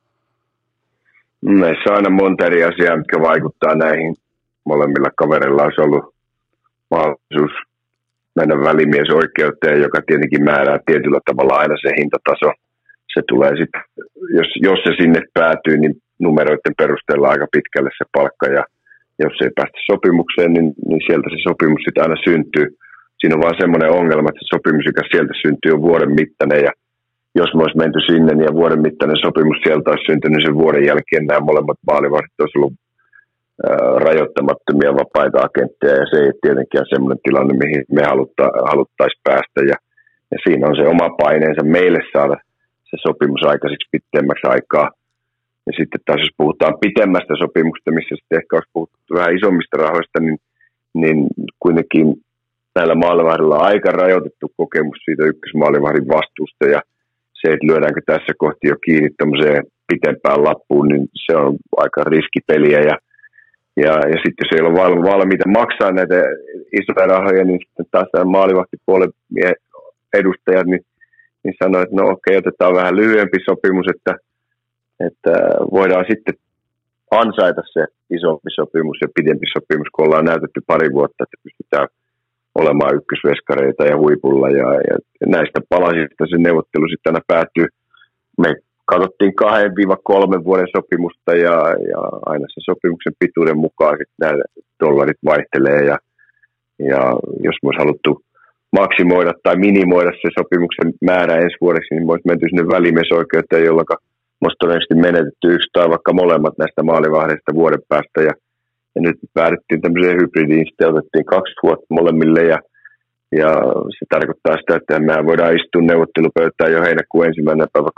Näissä on aina monta eri asiaa, mitkä vaikuttaa näihin. Molemmilla kavereilla olisi ollut mahdollisuus mennä välimiesoikeuteen, joka tietenkin määrää tietyllä tavalla aina se hintataso. Se tulee sitten, jos se sinne päätyy, niin numeroiden perusteella aika pitkälle se palkka. Ja jos ei päästä sopimukseen, niin sieltä se sopimus sitten aina syntyy. Siinä on vaan semmoinen ongelma, että se sopimus, joka sieltä syntyy, on vuoden mittainen. Ja jos me olisi menty sinne niin ja vuoden mittainen sopimus sieltä olisi syntynyt sen vuoden jälkeen, nämä molemmat maalivahdit olisi ollut rajoittamattomia vapaita agentteja, ja se ei tietenkään semmoinen tilanne, mihin me haluttaisiin päästä. Ja siinä on se oma paineensa meille saada se sopimus aikaisiksi pitemmäksi aikaa. Ja sitten taas jos puhutaan pitemmästä sopimuksesta, missä sitten ehkä olisi puhuttu vähän isommista rahoista, niin kuitenkin näillä maalivahdilla on aika rajoitettu kokemus siitä ykkösmaalivahdin vastuusta, ja se, että lyödäänkö tässä kohti jo kiinni tämmöiseen pitempään lappuun, niin se on aika riskipeliä. Ja sitten jos ei ole valmiita maksaa näitä isoja rahoja, niin sitten taas tämän maalivahtipuolen edustajat niin sanoo, että no okei, otetaan vähän lyhyempi sopimus, että voidaan sitten ansaita se isompi sopimus ja pidempi sopimus, kun ollaan näytetty pari vuotta, että pystytään olemaan ykkösveskareita ja huipulla, ja näistä palasista se neuvottelu sitten aina päätyy. Me katsottiin 2-3 vuoden sopimusta, ja aina se sopimuksen pituuden mukaan sitten nämä dollarit vaihtelee, ja jos me olisi haluttu maksimoida tai minimoida se sopimuksen määrä ensi vuodeksi, niin me olisi menty sinne välimiesoikeuteen, jolloin me olisi todennäköisesti menetetty yksi tai vaikka molemmat näistä maalivahdeista vuoden päästä, ja nyt päädyttiin tämmöiseen hybridiin, sitten otettiin 2 vuotta molemmille, ja se tarkoittaa sitä, että me voidaan istua neuvottelupöytään jo heinäkuun 1. päivä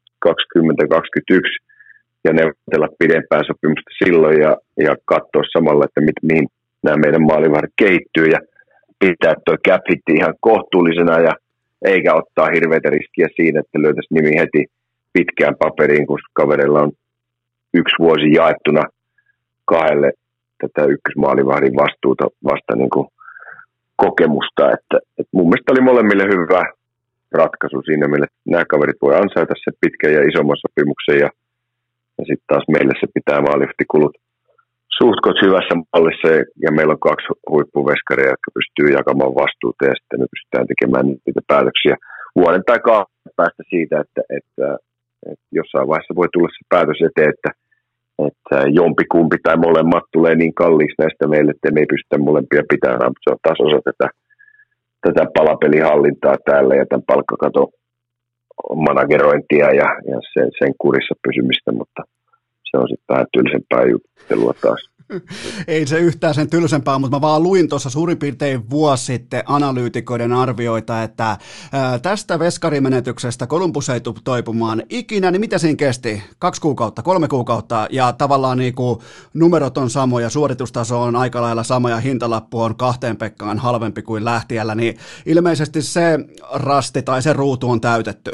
2021 ja neuvotella pidempää sopimusta silloin ja katsoa samalla, että mihin nämä meidän maalivahdit kehittyy ja pitää tuo cap hitti ihan kohtuullisena ja eikä ottaa hirveitä riskiä siinä, että löytäisi nimi heti pitkään paperiin, koska kavereilla on 1 vuosi jaettuna 2 tätä ykkösmaalivahdin vastuuta vasta niin kuin kokemusta, että mun mielestä oli molemmille hyvä ratkaisu siinä, millä nämä kaverit voi ansaita sen pitkän ja isomman sopimuksen ja sitten taas meille se pitää maalivahti-kulut suht hyvässä mallissa ja meillä on 2 huippuveskaria, jotka pystyy jakamaan vastuuta ja sitten me pystytään tekemään niitä päätöksiä vuoden tai 2 päästä siitä, että jossain vaiheessa voi tulla se päätös eteen, että jompikumpi tai molemmat tulee niin kalliiksi näistä meille, että me ei pystytä molempia pitämään, mutta se on taas osa tätä palapelihallintaa täällä ja tämän palkkakaton managerointia ja sen kurissa pysymistä, mutta se on sitten vähän tylsempää juttelua taas. Ei se yhtään sen tylsempää, mutta mä vaan luin tuossa suurin piirtein vuosi sitten analyytikoiden arvioita, että tästä veskarimenetyksestä Columbus ei tule toipumaan ikinä, niin mitä siinä kesti? 2 kuukautta, 3 kuukautta ja tavallaan niin kuin numerot on samoja, suoritustaso on aika lailla sama ja hintalappu on 2 pekkaan halvempi kuin lähtijällä, niin ilmeisesti se rasti tai se ruutu on täytetty.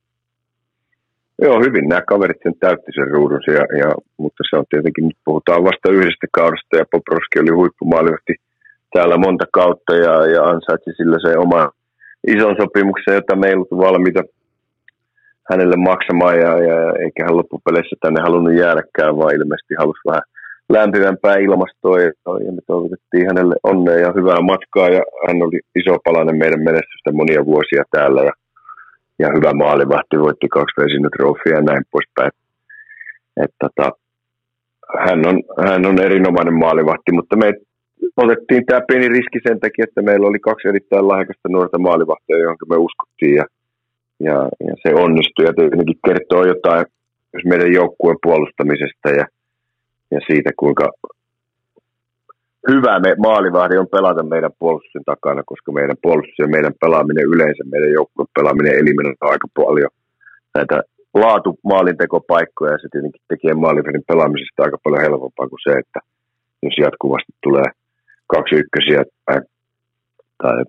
Joo, hyvin nämä kaverit sen täytti sen ruudun, mutta se on tietenkin, nyt puhutaan vasta 1 kaudesta ja Bobrovski oli huippumaalivahti täällä monta kautta ja ansaitsi sillä se oma ison sopimuksen, jota me ei ollut valmiita hänelle maksamaan eikä hän loppupeleissä tänne halunnut jäädäkään, vaan ilmeisesti halusi vähän lämpimämpää ilmastoa ja me toivotettiin hänelle onnea ja hyvää matkaa ja hän oli iso palanen meidän menestystä monia vuosia täällä ja hyvä maalivahti, voitti 2 Vezina Trofia ja näin poispäin. Hän on erinomainen maalivahti, mutta me otettiin tämä pieni riski sen takia, että meillä oli 2 erittäin lahjakasta nuorta maalivahtia, johon me uskottiin ja se onnistui ja tietenkin kertoo jotain myös meidän joukkueen puolustamisesta ja siitä, kuinka hyvä me maalivahdi on pelata meidän puolustuksen takana, koska meidän puolustus ja meidän pelaaminen yleensä, meidän joukkueen pelaaminen eliminoi aika paljon näitä maalintekopaikkoja ja se tietenkin tekee maalivahdin pelaamisesta aika paljon helpompaa kuin se, että jos jatkuvasti tulee 2 ykkösiä tai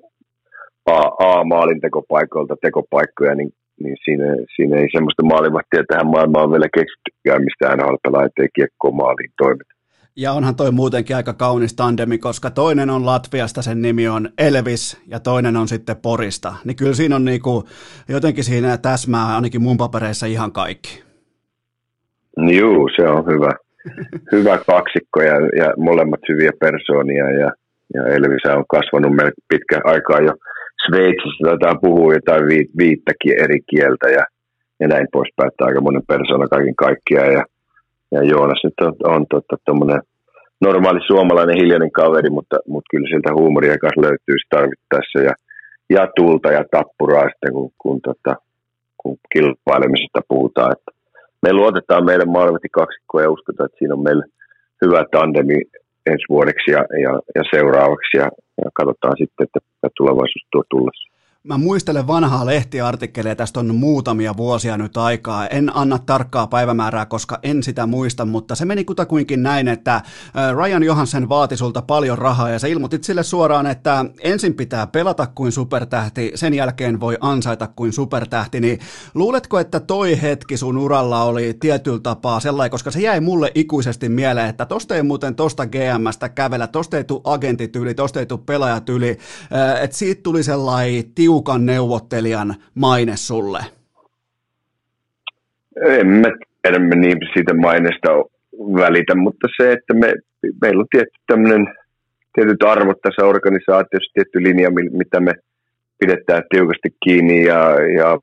maalintekopaikoilta tekopaikkoja, niin siinä ei semmoista maalivahtia tähän maailmaan vielä keksittykään, mistä NHL-pelaajat ei kiekkoa maaliin toimita. Ja onhan toi muutenkin aika kaunis tandemi, koska toinen on Latviasta, sen nimi on Elvis, ja toinen on sitten Porista. Niin kyllä siinä on niinku, jotenkin siinä täsmää ainakin mun papereissa ihan kaikki. Juu, se on hyvä. Hyvä kaksikko ja molemmat hyviä persoonia ja Elvis on kasvanut meillä pitkä aikaa jo Sveitsissä, taitaa puhua jotain 5 eri kieltä ja näin poispäin, että aika monen persoona kaiken kaikkiaan ja Joonas nyt on tuommoinen normaali suomalainen hiljainen kaveri, mutta kyllä sieltä huumoria kanssa löytyy tarvittaessa ja tuulta ja tappuraa sitten, kun kilpailemisesta puhutaan. Että me luotetaan meidän maalivahtikaksikkoon ja uskotaan, että siinä on meillä hyvä tandemi ensi vuodeksi ja seuraavaksi ja katsotaan sitten, että tulevaisuus tuo tullessa. Mä muistelen vanhaa lehtiartikkeleja, tästä on muutamia vuosia nyt aikaa. En anna tarkkaa päivämäärää, koska en sitä muista, mutta se meni kutakuinkin näin, että Ryan Johansen vaati sulta paljon rahaa ja sä ilmoitit sille suoraan, että ensin pitää pelata kuin supertähti, sen jälkeen voi ansaita kuin supertähti. Niin luuletko, että toi hetki sun uralla oli tietyllä tapaa sellainen, koska se jäi mulle ikuisesti mieleen, että tosta ei muuten tosta GM:stä kävellä, tosta ei tule agentit yli, tosta ei tule pelaajat yli, että siitä tuli sellainen tiukan neuvottelijan maine sulle? En mä tiedä, niin siitä mainesta välitä, mutta se, että meillä on tietyt arvot tässä organisaatiossa, tietty linja, mitä me pidetään tiukasti kiinni ja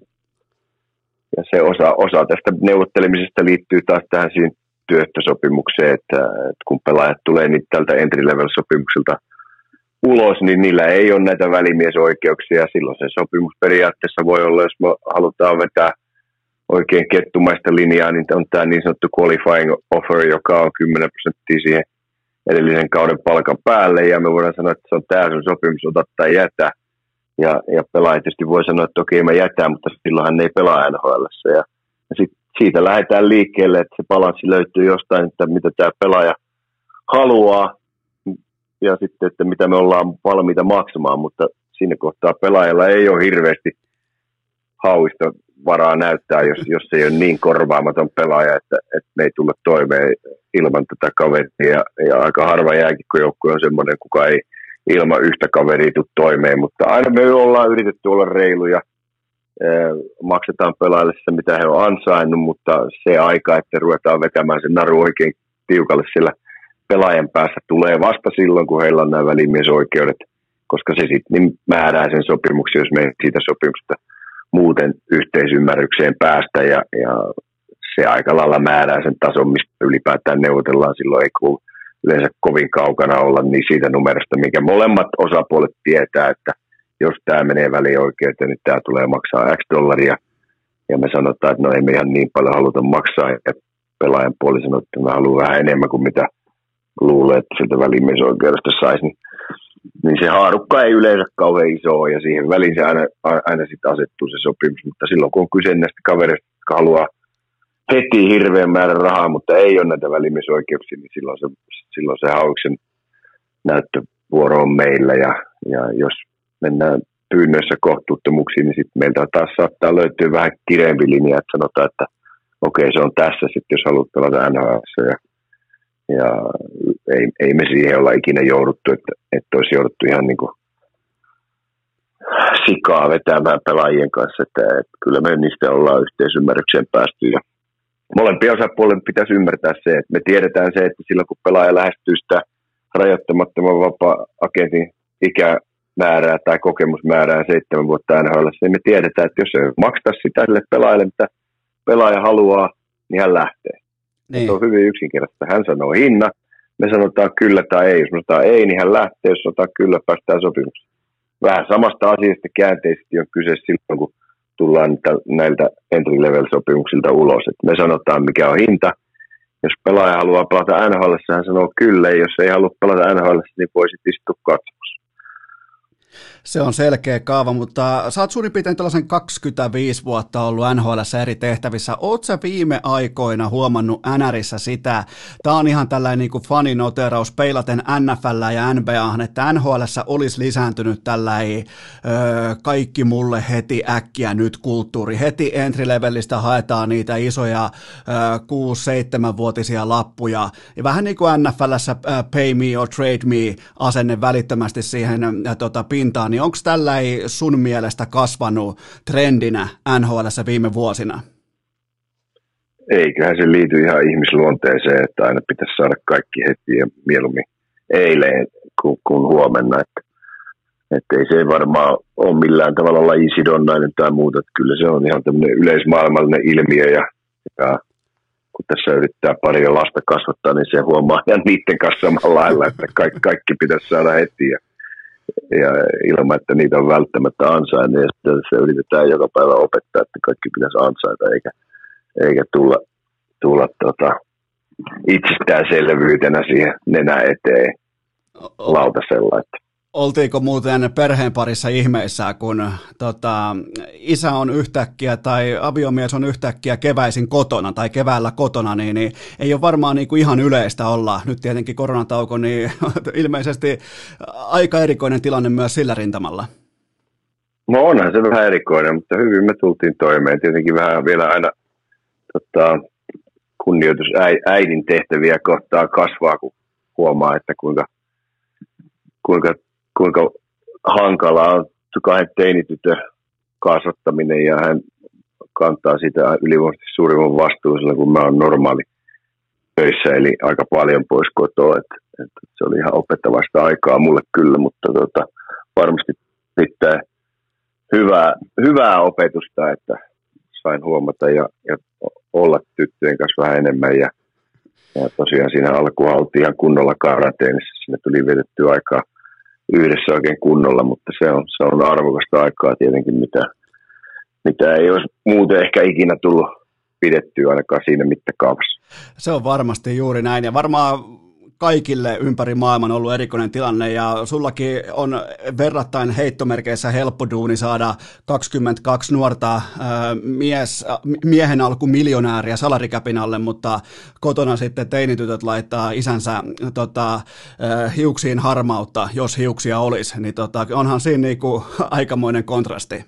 se osa tästä neuvottelemisesta liittyy taas tähän siinä työehtosopimukseen, että kun pelaajat tulee niin tältä entry-level-sopimukselta ulos, niin niillä ei ole näitä välimiesoikeuksia. Silloin se sopimus periaatteessa voi olla, jos me halutaan vetää oikein kettumaista linjaa, niin on tämä niin sanottu qualifying offer, joka on 10% siihen edellisen kauden palkan päälle, ja me voidaan sanoa, että se on tämä sun sopimus, ota tai jätä. Ja pelaaja tietysti voi sanoa, että okei, mä jätän, mutta silloin hän ei pelaa NHL:ssä. Ja sitten siitä lähdetään liikkeelle, että se balanssi löytyy jostain, että mitä tämä pelaaja haluaa, ja sitten, että mitä me ollaan valmiita maksamaan, mutta siinä kohtaa pelaajalla ei ole hirveästi hauista varaa näyttää, jos ei ole niin korvaamaton pelaaja, että me ei tulla toimeen ilman tätä kaveria. Ja aika harva jääkikkojoukkue on semmoinen, kuka ei ilman yhtä kaveria tule toimeen, mutta aina me ollaan yritetty olla reiluja. Maksetaan pelaajille se, mitä he on ansainnut, mutta se aika, että ruvetaan vetämään sen naru oikein tiukalle sillä pelaajan päässä tulee vasta silloin, kun heillä on nämä välimiesoikeudet, koska se sitten niin määrää sen sopimuksen, jos me ei siitä sopimuksesta muuten yhteisymmärrykseen päästä, ja se aika lailla määrää sen tason, mistä ylipäätään neuvotellaan. Silloin ei kuulu yleensä kovin kaukana olla niin siitä numerosta, minkä molemmat osapuolet tietää, että jos tämä menee välioikeuteen, niin tämä tulee maksaa X dollaria, ja me sanotaan, että no ei me ihan niin paljon haluta maksaa, ja pelaajan puoli sanoo, että mä haluan vähän enemmän kuin mitä luulee, että sieltä välimiesoikeudesta saisi, niin se haarukka ei yleensä kauhean iso ole, ja siihen väliin se aina sitten asettuu se sopimus, mutta silloin kun on kyse näistä kavereista, jotka haluaa heti hirveän määrän rahaa, mutta ei ole näitä välimiesoikeuksia, niin silloin se hauksen näyttövuoro on meillä, ja jos mennään pyynnöissä kohtuuttomuksiin, niin sitten meiltä taas saattaa löytyä vähän kireempi linja, että sanotaan, että okei, se on tässä sitten, jos haluat pelata NHL:ssä, ja ei me siihen olla ikinä jouduttu, että olisi jouduttu ihan niin kuin sikaa vetämään pelaajien kanssa, että kyllä me niistä ollaan yhteisymmärrykseen päästy. Ja molempia osapuolen pitäisi ymmärtää se, että me tiedetään se, että silloin kun pelaaja lähestyy sitä rajoittamattoman vapaa-agentin ikämäärää tai kokemusmäärää 7 vuotta NHL, niin me tiedetään, että jos ei makseta sitä sille pelaajalle, mitä pelaaja haluaa, niin hän lähtee. Niin. Se on hyvin yksinkertaista. Hän sanoo hinnan, me sanotaan kyllä tai ei. Jos me sanotaan ei, niin hän lähtee. Jos sanotaan kyllä, päästään sopimukseen. Vähän samasta asiasta käänteisesti on kyse silloin, kun tullaan näiltä entry-level-sopimuksilta ulos. Et me sanotaan, mikä on hinta. Jos pelaaja haluaa pelata NHL, hän sanoo kyllä. Jos ei halua pelata NHL, niin voisit istua katsomassa. Se on selkeä kaava, mutta sä oot suurin piirtein tällaisen 25 vuotta ollut NHL:ssä eri tehtävissä. Oot sä viime aikoina huomannut NRissä sitä, tää on ihan tällainen niin kuin faninoteraus peilaten NFL ja NBAhan, että NHL:ssä olisi lisääntynyt tällainen kaikki mulle heti äkkiä nyt kulttuuri. Heti entry-levelistä haetaan niitä isoja 6-7-vuotisia lappuja. Ja vähän niin kuin NFL:ssä pay me or trade me asenne välittömästi siihen pintaan, niin onko tällainen sun mielestä kasvanut trendinä NHL:ssä viime vuosina? Eiköhän se liity ihan ihmisluonteeseen, että aina pitäisi saada kaikki heti ja mieluummin eilen kuin huomenna. Että ei se varmaan ole millään tavalla lajisidonnainen tai muuta. Että kyllä se on ihan tämmöinen yleismaailmallinen ilmiö ja kun tässä yrittää pari lasta kasvattaa, niin se huomaa ja niiden kanssa samalla lailla, että kaikki pitäisi saada heti ja ilman, että niitä on välttämättä ansainnut, ja se yritetään joka päivä opettaa, että kaikki pitäisi ansaita, eikä tulla itsestäänselvyytenä siihen nenä eteen lautasella. Oltiinko muuten perheen parissa ihmeissä, kun isä on yhtäkkiä tai aviomies on yhtäkkiä keväisin kotona tai keväällä kotona, niin ei ole varmaan niin kuin ihan yleistä olla. Nyt tietenkin koronatauko, niin ilmeisesti aika erikoinen tilanne myös sillä rintamalla. No onhan se vähän erikoinen, mutta hyvin me tultiin toimeen. Tietenkin vähän vielä aina kunnioitus äidin tehtäviä kohtaa kasvaa, kun huomaa, että kuinka hankalaa on kahden teinitytön kasvattaminen, ja hän kantaa sitä ylivoimaisesti suurimman vastuun silloin, kun mä oon normaali töissä, eli aika paljon pois kotoa. Että se oli ihan opettavasta aikaa mulle kyllä, mutta varmasti pitää hyvää opetusta, että sain huomata ja olla tyttöjen kanssa vähän enemmän, ja tosiaan siinä alkuun oltiin ihan kunnolla karanteenissa, sinne tuli vietettyä aikaa yhdessä oikein kunnolla, mutta se on arvokasta aikaa tietenkin, mitä ei olisi muuten ehkä ikinä tullut pidettyä ainakaan siinä mittakaavassa. Se on varmasti juuri näin, ja varmaan kaikille ympäri maailman ollut erikoinen tilanne, ja sullakin on verrattain heittomerkeissä helppo duuni saada 22 nuorta miehen alku miljonääriä salarikäpin alle, mutta kotona sitten teinitytöt laittaa isänsä hiuksiin harmautta, jos hiuksia olisi, niin onhan siinä niinku aikamoinen kontrasti.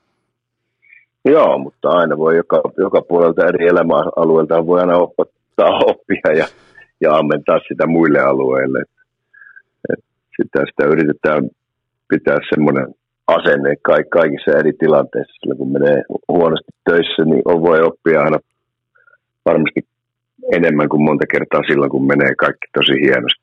Joo, mutta aina voi joka puolelta eri elämäalueelta voi aina oppia ja ammentaa sitä muille alueille. Sitä yritetään pitää semmoinen asenne kaikissa eri tilanteissa. Sillä kun menee huonosti töissä, niin voi oppia aina varmasti enemmän kuin monta kertaa silloin, kun menee kaikki tosi hienosti.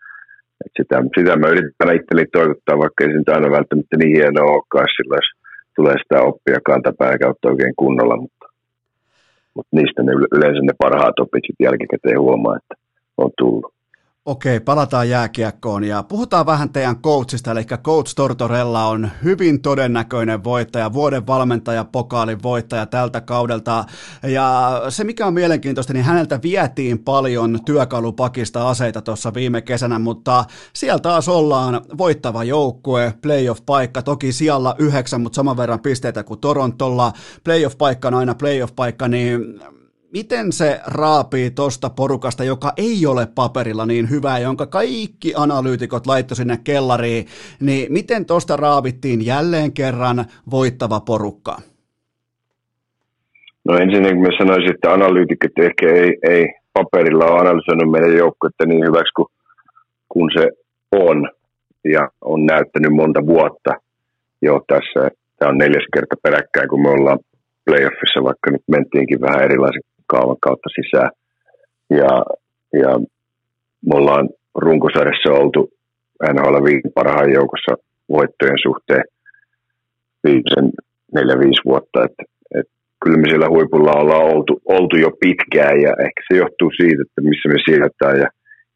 Sitä mä yritän itselleni toivottaa, vaikka ei se aina välttämättä niin hienoa olekaan, sillä jos tulee sitä oppia kantapään kautta oikein kunnolla, mutta niistä yleensä ne parhaat opit jälkikäteen huomaa, että on tullut. Okei, palataan jääkiekkoon ja puhutaan vähän teidän coachista, eli Coach Tortorella on hyvin todennäköinen voittaja, vuoden valmentaja, pokaalin voittaja tältä kaudelta, ja se mikä on mielenkiintoista, niin häneltä vietiin paljon työkalupakista aseita tuossa viime kesänä, mutta siellä taas ollaan voittava joukkue, playoff-paikka, toki sijalla 9, mutta saman verran pisteitä kuin Torontolla, playoff-paikka on aina playoff-paikka, niin miten se raapii tuosta porukasta, joka ei ole paperilla niin hyvää, jonka kaikki analyytikot laittoi sinne kellariin, niin miten tuosta raavittiin jälleen kerran voittava porukka? No ensinnäkin mä sanoisin, että analyytikot ehkä ei paperilla ole analysoinut meidän joukkuetta niin hyväksi kuin se on, ja on näyttänyt monta vuotta jo tässä. Tämä on 4. kerta peräkkäin, kun me ollaan playoffissa, vaikka nyt mentiinkin vähän erilaisen kaavan kautta sisään. Ja me ollaan runkosarjassa oltu NHL 5 parhaan joukossa voittojen suhteen viimeisen 4-5 vuotta. Et kyllä me siellä huipulla ollaan oltu jo pitkään, ja ehkä se johtuu siitä, että missä me sijoitetaan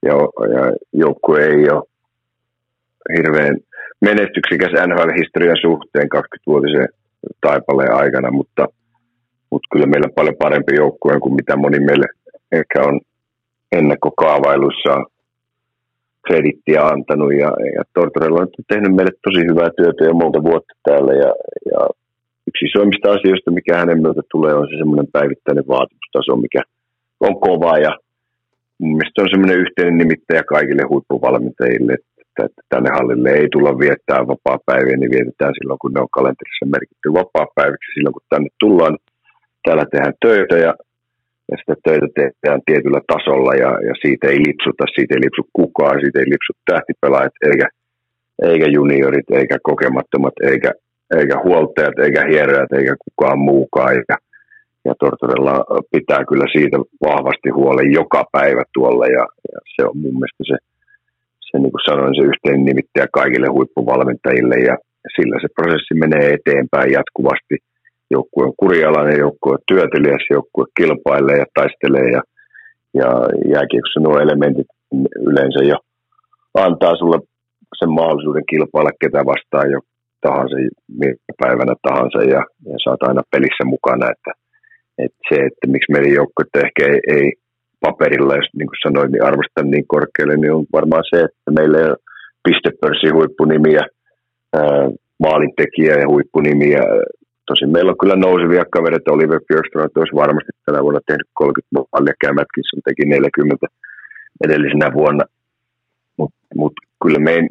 ja joukkue ei ole hirveän menestyksekäs NHL-historian suhteen 20-vuotisen taipaleen aikana, mutta kyllä meillä on paljon parempi joukkue kuin mitä moni meille ehkä on ennakkokaavailuissaan kredittiä antanut. Ja Tortorella on tehnyt meille tosi hyvää työtä jo monta vuotta täällä. Ja yksi isoimmista asioista, mikä hänen myötä tulee, on se semmoinen päivittäinen vaatimustaso, mikä on kova. Ja mun mielestä on semmoinen yhteinen nimittäjä kaikille huippuvalmentajille, että tänne hallille ei tulla viettää vapaa-päiviä, niin vietetään silloin, kun ne on kalenterissa merkitty vapaa-päiviksi. Silloin, kun tänne tullaan, täällä tehdään töitä ja sitä töitä tehdään tietyllä tasolla ja siitä ei lipsuta, siitä ei lipsu kukaan, siitä ei lipsu tähtipelaajat eikä juniorit, eikä kokemattomat, eikä huoltajat, eikä hierojat, eikä kukaan muukaan. Ja Tortorella pitää kyllä siitä vahvasti huolen joka päivä tuolla ja se on mun mielestä se niin kuin sanoin, se yhteinen nimittäjä kaikille huippuvalmentajille ja sillä se prosessi menee eteenpäin jatkuvasti. Joukkue on kurialainen, joukkue on työtelijäs, joukkue kilpailee ja taistelee ja jääkiekossa nuo elementit yleensä jo antaa sulle sen mahdollisuuden kilpailla ketä vastaan jo tahansa päivänä tahansa ja sä oot aina pelissä mukana, että se, että miksi meidän joukkuetta ehkä ei paperilla, jos niin kuin sanoin, niin arvostan niin korkealle, niin on varmaan se, että meillä ei ole pistepörssin huippunimiä, maalintekijä ja huippunimiä. Tosin meillä on kyllä nousevia kavereita, Oliver Björkström olisi varmasti tänä vuonna tehnyt 30 maalia, Cam Atkinson teki 40 edellisenä vuonna, mutta kyllä meidän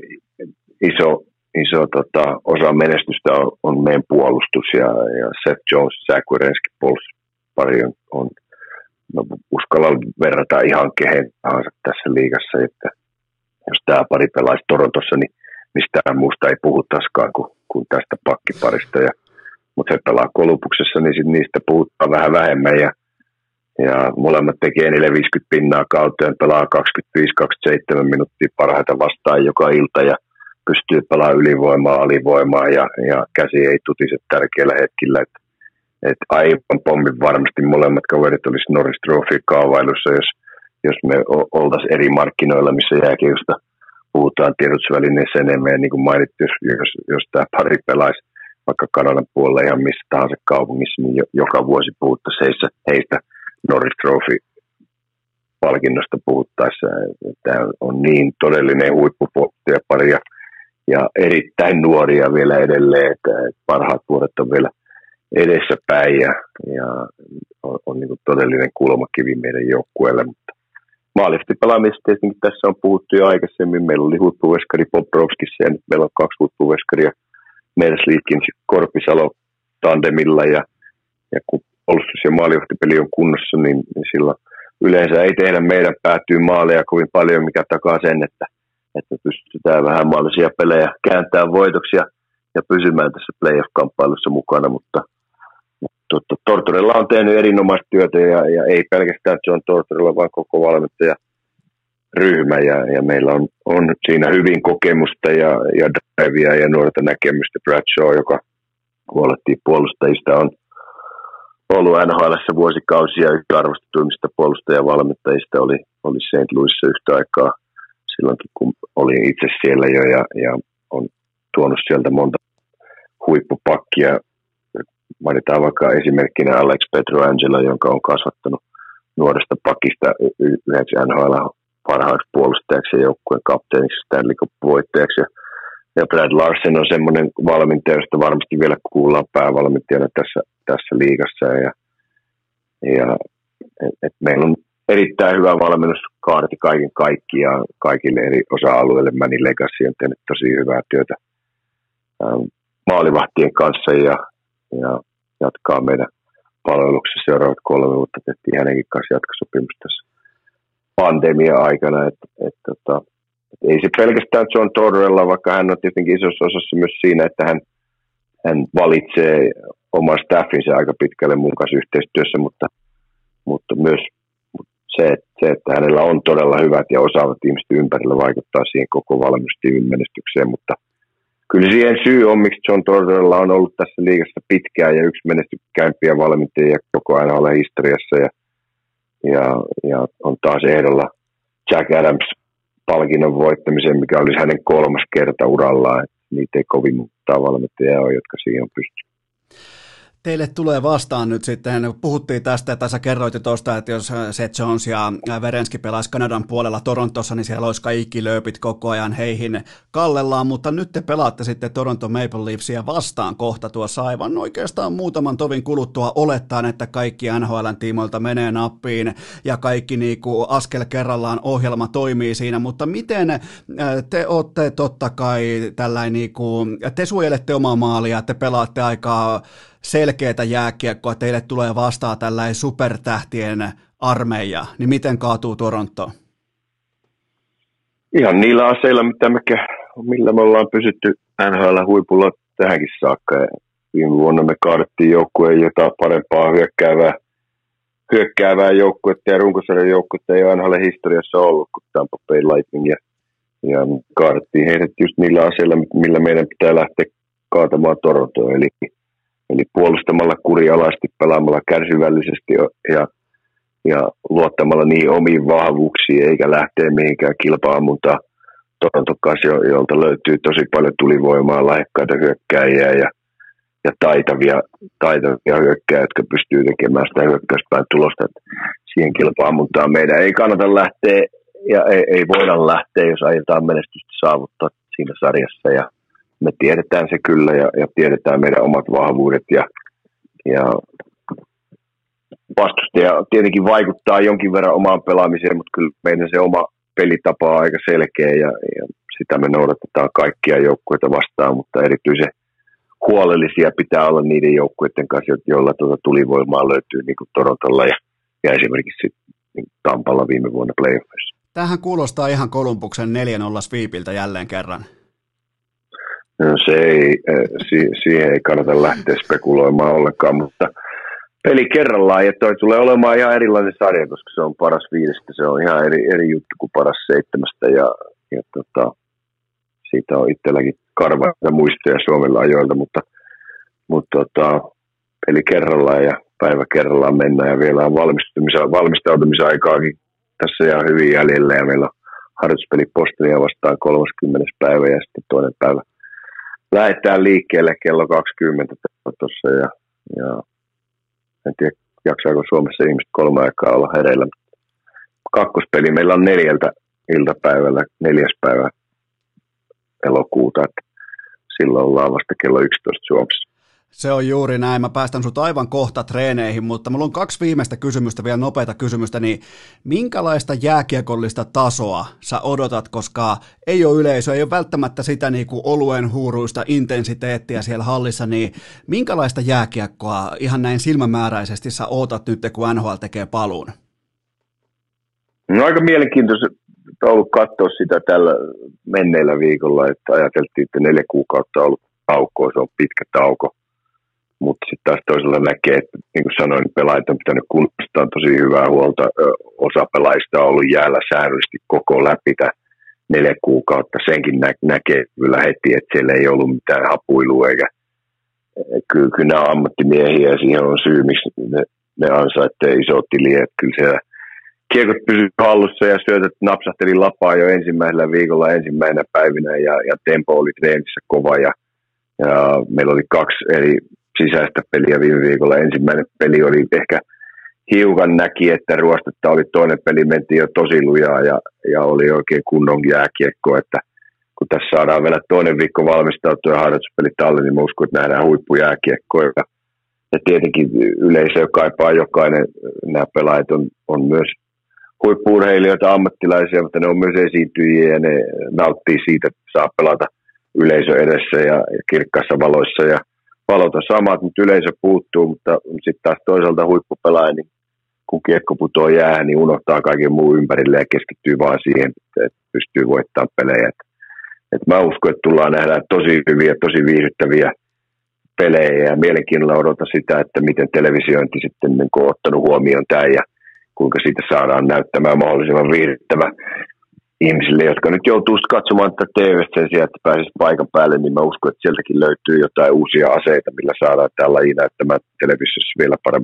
iso osa menestystä on meidän puolustus ja Seth Jones, Zach Werenski, pari on uskallan verrata ihan kehen tahansa tässä liigassa, että jos tämä pari pelaisi Torontossa, niin mistään muusta ei puhuttaisikaan kuin tästä pakkiparista. Mutta he pelaa Kolumbuksessa, niin sit niistä puhutaan vähän vähemmän ja molemmat tekee 450 pinnaa kautta ja pelaa 25-27 minuuttia parhaita vastaan joka ilta ja pystyy pelaamaan ylivoimaa, alivoimaa ja käsi ei tutise tärkeillä hetkillä. Että aivan pommin varmasti molemmat kaverit olisi Norris Trophy kaavailussa, jos me oltaisiin eri markkinoilla, missä jääkiekosta puhutaan tiedotusvälineessä enemmän. Ja niin kuin mainittu, jos tämä pari pelaisi vaikka Kanadan puolella ihan missä tahansa kaupungissa, niin joka vuosi puhuttaisiin heistä Norris Trophy-palkinnosta puhuttaessa. Tämä on niin todellinen huippupuolustujapari ja erittäin nuoria vielä edelleen, että parhaat vuodet on vielä edessäpäin ja on niin kuin todellinen kulmakivi meidän joukkueelle, mutta maalivasti pelaamisesta tietenkin tässä on puhuttu jo aikaisemmin. Meillä oli huippuveskari Bobrovskissa ja nyt meillä on 2 huippuveskaria Mersliikin Korpisalo tandemilla ja kun puolustus- ja maalivahtipeli on kunnossa, niin silloin yleensä ei tehdä meidän päätyy maaleja kovin paljon, mikä takaa sen, että pystytään vähän maallisia pelejä kääntämään voitoksi ja pysymään tässä playoff-kamppailussa mukana, mutta Tortorella on tehnyt erinomaista työtä ja ei pelkästään John Tortorella, vaan koko valmentajaryhmä ja meillä on siinä hyvin kokemusta ja drivea ja nuorta näkemystä. Bradshaw, joka huolehtii puolustajista, on ollut NHL:ssä vuosikausia yhtä arvostetuimmista puolustajavalmentajista, oli St. Louisissa yhtä aikaa silloinkin, kun olin itse siellä jo ja on tuonut sieltä monta huippupakkia. Mainitaan vaikka esimerkkinä Alex Petrangelo, jonka on kasvattanut nuoresta pakista yhdeksi NHL parhaaksi puolustajaksi ja joukkueen kapteeniksi Stanley Cup-voittajaksi. Ja Brad Larsen on semmoinen valmentaja, josta varmasti vielä kuullaan päävalmentajana tässä liigassa. Et meillä on erittäin hyvä valmennuskaarti kaiken kaikkiaan kaikille eri osa-alueille. Manny Legacy on tehnyt tosi hyvää työtä maalivahtien kanssa ja jatkaa meidän palveluksessa seuraavat 3 vuotta. Tehtiin hänenkin kanssa jatkosopimus tässä pandemia-aikana. Ei se pelkästään John Tortorella, vaikka hän on tietenkin isossa osassa myös siinä, että hän valitsee oman staffinsa aika pitkälle mun kanssa yhteistyössä, mutta myös se, että hänellä on todella hyvät ja osaavat ihmiset ympärillä vaikuttaa siihen koko valmennustiimin menestykseen, mutta kyllä siihen syy on, miksi John Tortorella on ollut tässä liigassa pitkään ja yksi menestykkäimpiä valmentajia koko NHL-historiassa ja on taas ehdolla Jack Adams palkinnon voittamiseen, mikä olisi hänen 3. kerta urallaan. Niitä ei kovin montaa valmentajaa ole, jotka siihen pystyvät. Teille tulee vastaan nyt sitten, puhuttiin tästä, että sä kerroit tuosta, että jos Seth Jones ja Werenski pelaisi Kanadan puolella Torontossa, niin siellä olisi kaikki lööpit koko ajan heihin kallellaan, mutta nyt te pelaatte sitten Toronto Maple Leafsia vastaan kohta tuossa aivan oikeastaan muutaman tovin kuluttua olettaen, että kaikki NHL:n tiimoilta menee nappiin ja kaikki niinku askel kerrallaan ohjelma toimii siinä, mutta miten te olette totta kai tällainen niinku, te suojelette omaa maalia, te pelaatte aika selkeätä jääkiekkoa, teille tulee vastaan tällainen supertähtien armeija, niin miten kaatuu Toronto? Ihan niillä aseilla, millä me ollaan pysytty NHL-huipulla tähänkin saakka. Ja viime vuonna me kaadettiin joukkueen jotain parempaa hyökkäävää joukkuetta ja runkosarjan joukkuetta ei ole NHL-historiassa ollut kuin Tampa Bay Lightning. Ja kaadettiin heidät just niillä aseilla, millä meidän pitää lähteä kaatamaan Torontoa. Eli puolustamalla kurialaisesti, pelaamalla kärsivällisesti ja luottamalla niihin omiin vahvuuksiin, eikä lähteä mihinkään kilpa-ammuntaan Toronton kanssa, jolta löytyy tosi paljon tulivoimaa, lahjakkaita hyökkääjiä ja taitavia hyökkääjiä, jotka pystyy tekemään sitä hyökkäyspään tulosta. Siihen kilpa-ammuntaan meidän ei kannata lähteä ja ei voida lähteä, jos aiotaan menestystä saavuttaa siinä sarjassa. Ja me tiedetään se kyllä ja tiedetään meidän omat vahvuudet ja vastustaja tietenkin vaikuttaa jonkin verran omaan pelaamiseen, mutta kyllä meidän se oma pelitapa on aika selkeä ja sitä me noudatetaan kaikkia joukkueita vastaan, mutta erityisen huolellisia pitää olla niiden joukkueiden kanssa, joilla tulivoimaa löytyy niin kuin Torontolla ja esimerkiksi niin Tampalla viime vuonna playoffissa. Tämähän kuulostaa ihan Columbuksen 4-0 sweepiltä jälleen kerran. No siihen ei kannata lähteä spekuloimaan ollenkaan, mutta peli kerrallaan, ja toi tulee olemaan ihan erilainen sarja, koska se on paras 5, se on ihan eri juttu kuin paras 7, ja siitä on itselläkin karvaita muistoja Suomella ajoilta, mutta peli kerrallaan ja päivä kerrallaan mennään, ja vielä on valmistautumisaikaakin tässä ihan hyvin jäljellä, ja meillä on harjoituspeli Bostonia vastaan 30. päivä, ja sitten toinen päivä lähdetään liikkeelle kello 20 tuossa ja en tiedä, jaksaako Suomessa ihmiset 3 aikaa olla hereillä. Kakkospeli meillä on 4 iltapäivällä, 4. päivä elokuuta, että silloin ollaan vasta kello 11 Suomessa. Se on juuri näin. Mä päästän sut aivan kohta treeneihin, mutta mulla on 2 viimeistä kysymystä, vielä nopeita kysymystä, niin minkälaista jääkiekollista tasoa sä odotat, koska ei ole yleisöä, ei ole välttämättä sitä niin kuin oluen huuruista intensiteettiä siellä hallissa, niin minkälaista jääkiekkoa ihan näin silmämääräisesti sä ootat nyt, kun NHL tekee paluun? No aika mielenkiintoista ollut katsoa sitä tällä menneellä viikolla, että ajateltiin, että 4 kuukautta on ollut taukoa, se on pitkä tauko. Mutta sitten taas toisella näkee, että niin kuin sanoin, pelaajat on pitänyt kunnostaan tosi hyvää huolta. Osa pelaajista on ollut jäällä säännöllisesti koko läpi 4 kuukautta. Senkin näkee kyllä heti, että siellä ei ollut mitään hapuilua. Kyllä nämä on ammattimiehiä ja siihen on syy, miksi ne ansaitsee isot tiliä. Kyllä siellä kiekot pysyivät hallussa ja syötöt napsahteli lapaa jo ensimmäisellä viikolla ensimmäisenä päivinä ja tempo oli treenissä kova. Ja meillä oli 2 eri sisäistä peliä viime viikolla. Ensimmäinen peli oli ehkä hiukan näki, että ruostetta oli, toinen peli mentiin jo tosi lujaa ja oli oikein kunnon jääkiekko, että kun tässä saadaan vielä toinen viikko valmistautua ja harjoituspelit alle, niin mä uskon, että nähdään huippujääkiekkoja. Ja tietenkin yleisö kaipaa jokainen, nämä pelaajat on myös huippu-urheilijoita, ammattilaisia, mutta ne on myös esiintyjiä ja ne nauttii siitä, että saa pelata yleisö edessä ja kirkkaissa valoissa ja valot on samat, mutta yleisö puuttuu, mutta sitten taas toisaalta huippupelaaja, niin kun kiekko putoo jäähän, niin unohtaa kaiken muun ympärille ja keskittyy vaan siihen, että pystyy voittamaan pelejä. Et mä uskon, että tullaan nähdä tosi hyviä, tosi viihdyttäviä pelejä ja mielenkiinnolla odotan sitä, että miten televisiointi sitten on ottanut huomioon tämän ja kuinka siitä saadaan näyttämään mahdollisimman viihdyttävä ihmisille, jotka nyt joutuu katsomaan tätä TV:stä sen sijaan, että pääsisi paikan päälle, niin mä uskon, että sieltäkin löytyy jotain uusia aseita, millä saadaan tämä laji näyttämään televisiossa vielä paremmin.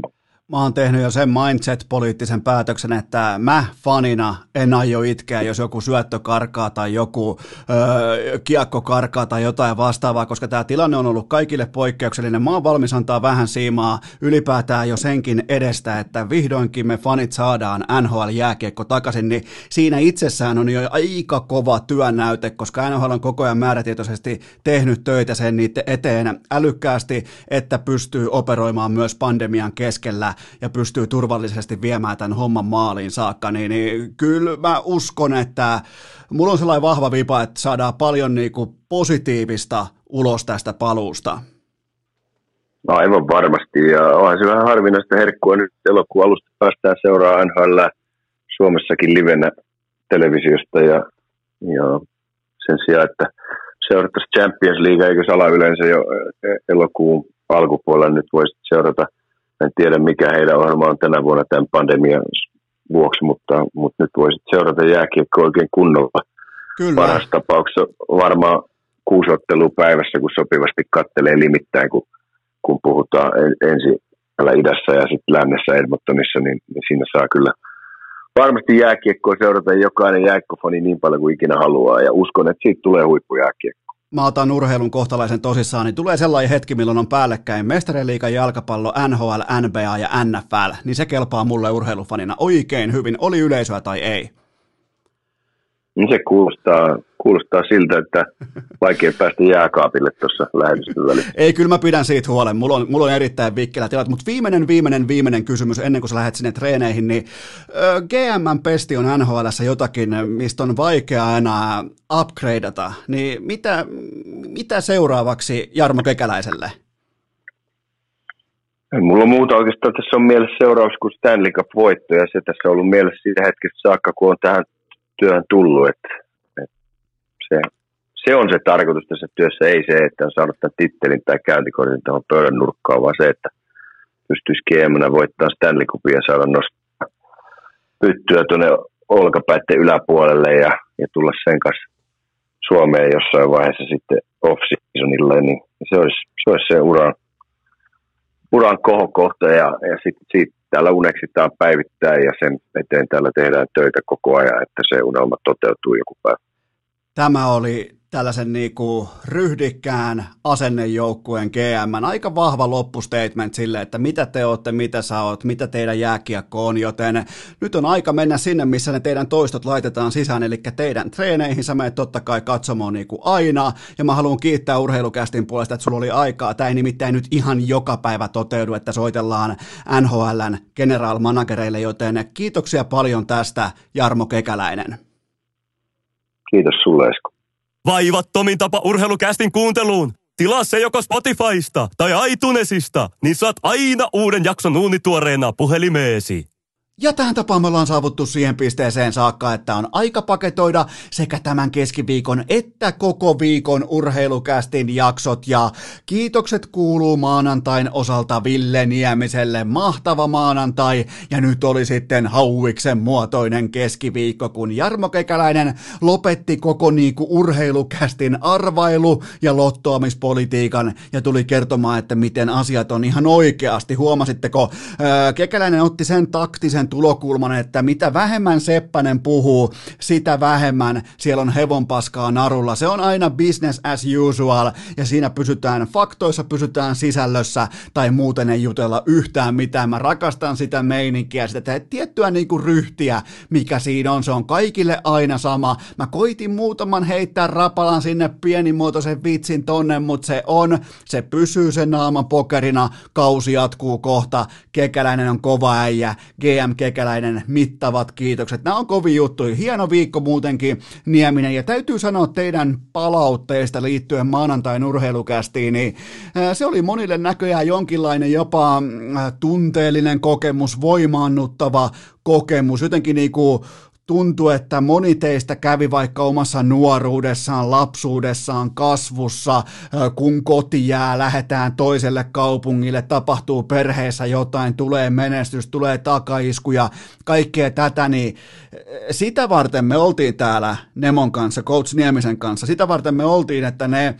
Mä oon tehnyt jo sen mindset-poliittisen päätöksen, että mä fanina en aio itkeä, jos joku syöttö karkaa tai joku kiekko karkaa tai jotain vastaavaa, koska tämä tilanne on ollut kaikille poikkeuksellinen. Mä oon valmis antaa vähän siimaa ylipäätään jo senkin edestä, että vihdoinkin me fanit saadaan NHL-jääkiekko takaisin, niin siinä itsessään on jo aika kova työnäyte, koska NHL on koko ajan määrätietoisesti tehnyt töitä sen niiden eteen älykkäästi, että pystyy operoimaan myös pandemian keskellä ja pystyy turvallisesti viemään tämän homman maaliin saakka, niin kyllä mä uskon, että mulla on sellainen vahva vipa, että saadaan paljon niinku positiivista ulos tästä paluusta. Aivan varmasti, ja onhan se vähän harvinaista herkkua nyt elokuun alusta päästään seuraamaan NHL Suomessakin livenä televisiosta, ja sen sijaan, että seurattaisiin Champions League, eikö sala yleensä jo elokuun alkupuolella nyt voisi seurata. En tiedä, mikä heidän ohjelma on tänä vuonna tämän pandemian vuoksi, mutta nyt voisit seurata jääkiekkoa oikein kunnolla. Kyllä. Parhaassa tapauksessa varmaan 6 ottelua päivässä, kun sopivasti kattelee limittäin, kun puhutaan ensin täällä idässä ja sitten lännessä Edmontonissa, niin siinä saa kyllä varmasti jääkiekkoa seurata jokainen jääkiekkofani niin paljon kuin ikinä haluaa, ja uskon, että siitä tulee huippujääkiekko. Mä otan urheilun kohtalaisen tosissaan, niin tulee sellainen hetki, milloin on päällekkäin Mestariliigan jalkapallo, NHL, NBA ja NFL, niin se kelpaa mulle urheilufanina oikein hyvin, oli yleisöä tai ei. Se kuulostaa siltä, että vaikea päästä jääkaapille tuossa lähetystön välissä. Ei, kyllä mä pidän siitä huolen. Mulla on erittäin vikkelä tilat, mutta viimeinen kysymys ennen kuin sä lähdet sinne treeneihin, niin GM-pesti on NHL:ssä jotakin, mistä on vaikea enää upgradeata, niin mitä seuraavaksi Jarmo Kekäläiselle? Mulla on muuta oikeastaan, tässä on mielessä seuraavaksi kuin Stanley Cup-voitto, ja se tässä on ollut mielessä siitä hetkestä saakka, kun on tähän työhön tullut, että se on se tarkoitus tässä työssä, ei se, että on saanut tämän tittelin tai käyntikortin tuohon pöydän nurkkaan, vaan se, että pystyisi GM:nä voittamaan Stanley Cupia ja saada nostaa pyttyä tuonne olkapäitten yläpuolelle ja tulla sen kanssa Suomeen jossain vaiheessa sitten off-seasonilla, niin se olisi se uran kohokohta, ja sitten siitä täällä uneksitaan päivittäin ja sen eteen täällä tehdään töitä koko ajan, että se unelma toteutuu joku päivä. Tämä oli tällaisen niinku ryhdikkään asennejoukkueen GM, aika vahva loppustatement sille, että mitä te olette, mitä sä oot, mitä teidän jääkiekko on, joten nyt on aika mennä sinne, missä ne teidän toistot laitetaan sisään, eli teidän treeneihin sä menet totta kai katsomaan niin kuin aina, ja mä haluan kiittää urheilukästin puolesta, että sulla oli aikaa, tämä ei nimittäin nyt ihan joka päivä toteudu, että soitellaan NHL:n general managereille, joten kiitoksia paljon tästä, Jarmo Kekäläinen. Kiitos sulle, Esko. Vaivattomin tapa urheilukästin kuunteluun. Tilaa se joko Spotifysta tai iTunesista, niin saat aina uuden jakson uunituoreena puhelimeesi. Ja tähän tapaan me ollaan saavuttu siihen pisteeseen saakka, että on aika paketoida sekä tämän keskiviikon että koko viikon urheilukästin jaksot. Ja kiitokset kuuluu maanantain osalta Ville Niemiselle. Mahtava maanantai. Ja nyt oli sitten hauiksen muotoinen keskiviikko, kun Jarmo Kekäläinen lopetti koko niinku urheilukästin arvailu- ja lottoamispolitiikan ja tuli kertomaan, että miten asiat on ihan oikeasti. Huomasitteko, Kekäläinen otti sen taktisen tulokulman, että mitä vähemmän Seppänen puhuu, sitä vähemmän siellä on hevonpaskaa narulla. Se on aina business as usual, ja siinä pysytään faktoissa, pysytään sisällössä, tai muuten ei jutella yhtään mitään. Mä rakastan sitä meininkiä, sitä tiettyä niinku ryhtiä, mikä siinä on. Se on kaikille aina sama. Mä koitin muutaman heittää rapalan sinne pienimuotoisen vitsin tonne, mutta se pysyy sen naaman pokerina. Kausi jatkuu kohta. Kekäläinen on kova äijä. GM Kekäläinen, mittavat kiitokset. Nämä on kovin juttuja. Hieno viikko muutenkin, Nieminen. Ja täytyy sanoa teidän palautteista liittyen maanantain urheilukästiin, niin se oli monille näköjään jonkinlainen jopa tunteellinen kokemus, voimaannuttava kokemus. Jotenkin niinku tuntuu, että moni teistä kävi vaikka omassa nuoruudessaan, lapsuudessaan, kasvussa, kun koti jää, lähdetään toiselle kaupungille, tapahtuu perheessä jotain, tulee menestys, tulee takaiskuja, kaikkea tätä, niin sitä varten me oltiin täällä Nemon kanssa, Coach Niemisen kanssa, sitä varten me oltiin, että ne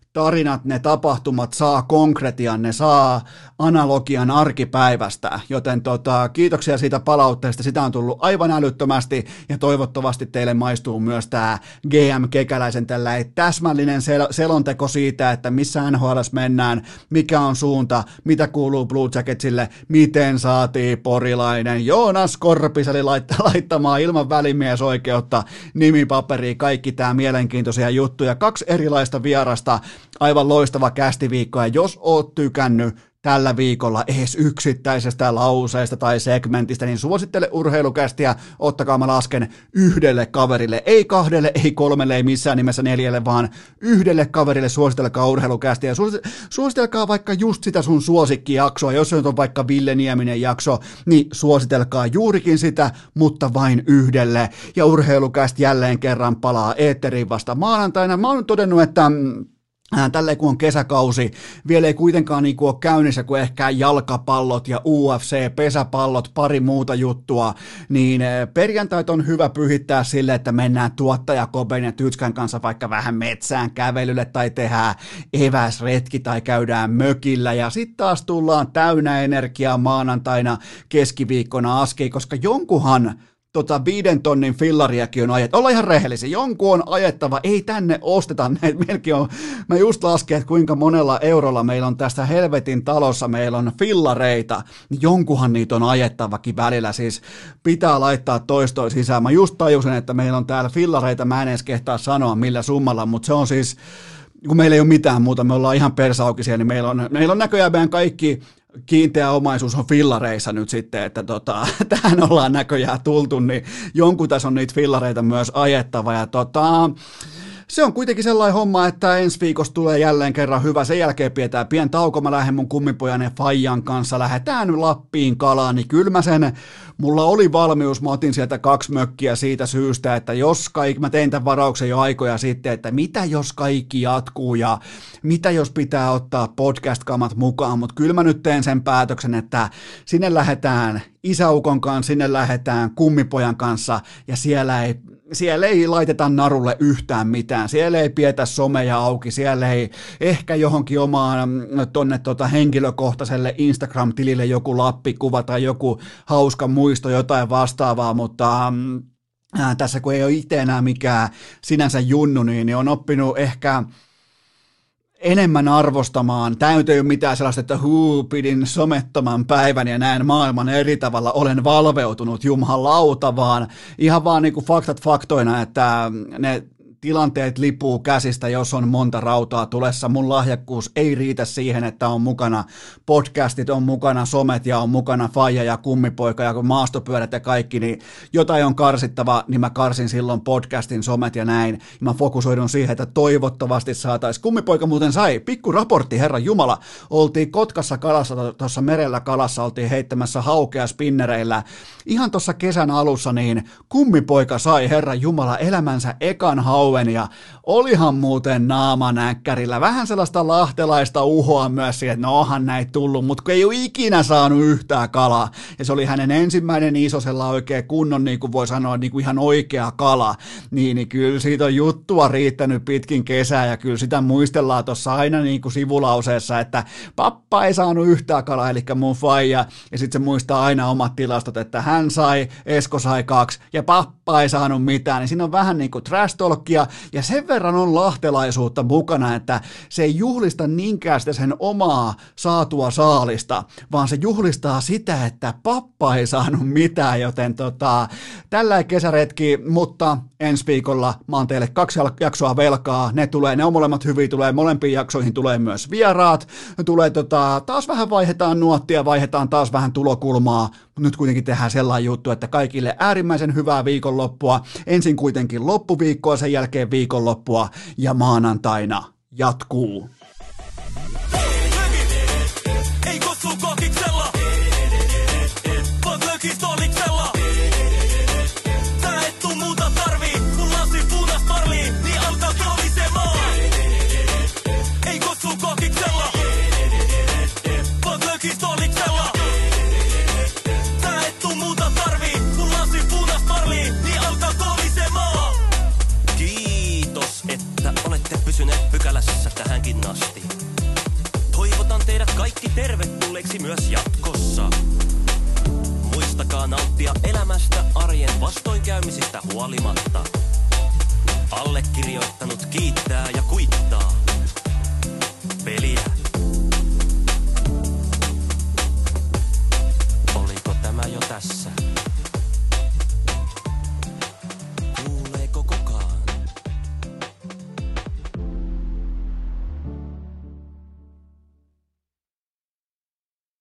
tarinat, ne tapahtumat saa konkretian, ne saa analogian arkipäivästä, joten kiitoksia siitä palautteesta, sitä on tullut aivan älyttömästi ja toivottavasti teille maistuu myös tämä GM Kekäläisen tällainen täsmällinen selonteko siitä, että missä NHL:ssä mennään, mikä on suunta, mitä kuuluu Blue Jacketsille, miten saatiin porilainen Joonas Korpisali laittamaan ilman välimiesoikeutta nimipaperiin, kaikki tämä mielenkiintoisia juttuja, 2 erilaista vierasta, aivan loistava kästiviikko, ja jos oot tykännyt tällä viikolla edes yksittäisestä lauseesta tai segmentistä, niin suosittele Urheilukästiä, ottakaa mä lasken 1 kaverille, ei 2, ei 3, ei missään nimessä 4, vaan 1 kaverille suositelkaa Urheilukästiä, ja suositelkaa vaikka just sitä sun suosikkijaksoa, jos se on vaikka Ville Nieminen jakso, niin suositelkaa juurikin sitä, mutta vain 1, ja Urheilukästi jälleen kerran palaa eetteriin vasta maanantaina. Mä oon todennut, että tälleen kun on kesäkausi, vielä ei kuitenkaan niin kuin ole käynnissä kuin ehkä jalkapallot ja UFC, pesäpallot, pari muuta juttua, niin perjantait on hyvä pyhittää sille, että mennään tuottaja Koben ja Tytskän kanssa vaikka vähän metsään kävelylle tai tehdään eväsretki tai käydään mökillä ja sitten taas tullaan täynnä energiaa maanantaina keskiviikkona askiin, koska jonkunhan 5 tonnin fillariakin on ajettava. Ollaan ihan rehellisiä, jonkun on ajettava, ei tänne osteta näitä. Mä just lasken, että kuinka monella eurolla meillä on tästä helvetin talossa, meillä on fillareita, niin jonkunhan niitä on ajettavakin välillä, siis pitää laittaa toistoi sisään. Mä just tajusin, että meillä on täällä fillareita, mä en edes kehtaa sanoa millä summalla, mutta se on siis, kun meillä ei ole mitään muuta, me ollaan ihan persaukisia, niin meillä on näköjään meidän kaikki kiinteä omaisuus on fillareissa nyt sitten, että tähän ollaan näköjään tultu, niin jonkun tässä on niitä fillareita myös ajettava, ja se on kuitenkin sellainen homma, että ensi viikossa tulee jälleen kerran hyvä. Sen jälkeen pidetään pien tauko. Mä lähden mun kummipojan ja Fajan kanssa. Lähdetään Lappiin kalaan. Niin kyllä mulla oli valmius. Mä otin sieltä 2 mökkiä siitä syystä, että mä tein tämän varauksen jo aikoja sitten, että mitä jos kaikki jatkuu ja mitä jos pitää ottaa podcast-kamat mukaan. Mutta kyllä mä nyt teen sen päätöksen, että sinne lähdetään isäukon kanssa, sinne lähdetään kummipojan kanssa ja siellä ei laiteta narulle yhtään mitään, siellä ei pidetä someja auki, siellä ei ehkä johonkin omaan tonne henkilökohtaiselle Instagram-tilille joku lappikuva tai joku hauska muisto, jotain vastaavaa, mutta tässä kun ei ole itse enää mikään sinänsä junnu, niin on oppinut ehkä enemmän arvostamaan. Tämä ei ole mitään sellaista, että pidin somettoman päivän ja näen maailman eri tavalla, olen valveutunut jumalauta, vaan ihan vaan niin kuin faktat faktoina, että ne tilanteet lipuu käsistä, jos on monta rautaa tulessa. Mun lahjakkuus ei riitä siihen, että on mukana podcastit, on mukana somet ja on mukana faija ja kummipoika ja maastopyörät ja kaikki, niin jotain on karsittava, niin mä karsin silloin podcastin, somet ja näin. Ja mä fokusoidun siihen, että toivottavasti saataisiin. Kummipoika muuten sai pikku raportti, herran jumala. Oltiin Kotkassa kalassa, tuossa merellä kalassa, oltiin heittämässä haukea spinnereillä. Ihan tuossa kesän alussa, niin kummipoika sai, herran jumala, elämänsä ekan hauen ja olihan muuten naamanäkkärillä vähän sellaista lahtelaista uhoa myös siihen, että no onhan näitä tullut, mutta kun ei ole ikinä saanut yhtään kalaa. Ja se oli hänen ensimmäinen isosella oikein kunnon, niin kuin voi sanoa, niin kuin ihan oikea kala. Niin kyllä siitä on juttua riittänyt pitkin kesää ja kyllä sitä muistellaan tuossa aina niin kuin sivulauseessa, että pappa ei saanut yhtään kalaa, eli mun faija. Ja sitten se muistaa aina omat tilastot, että hän sai, Esko sai 2 ja pappa ei saanut mitään. Niin siinä on vähän niin kuin trash talkia ja sen verran on lahtelaisuutta mukana, että se ei juhlista niinkään sitä sen omaa saatua saalista, vaan se juhlistaa sitä, että pappa ei saanut mitään, joten tällä kesäretki, mutta ensi viikolla mä oon teille 2 jaksoa velkaa, ne on molemmat hyviä, tulee molempiin jaksoihin tulee myös vieraat, tulee taas vähän vaihdetaan nuottia, vaihdetaan taas vähän tulokulmaa, mutta nyt kuitenkin tehdään sellainen juttu, että kaikille äärimmäisen hyvää viikonloppua, ensin kuitenkin loppuviikkoa, sen jälkeen viikonloppua ja maanantaina jatkuu. Ei kossu kokiksella, vaan lökis toliksella. Tää et tuu muuta tarvii, kun lasi punas marlii, niin alkaa kolisemaan. Ei kossu kokiksella, vaan lökis toliksella. Tää et tuu muuta tarvii, kun lasi punas marlii, niin alkaa kolisemaan. Kiitos, että olette pysyneet pykälässä tähänkin kaikki tervetulleeksi myös jatkossa. Muistakaa nauttia elämästä arjen vastoinkäymisistä huolimatta. Allekirjoittanut kiittää ja kuittaa.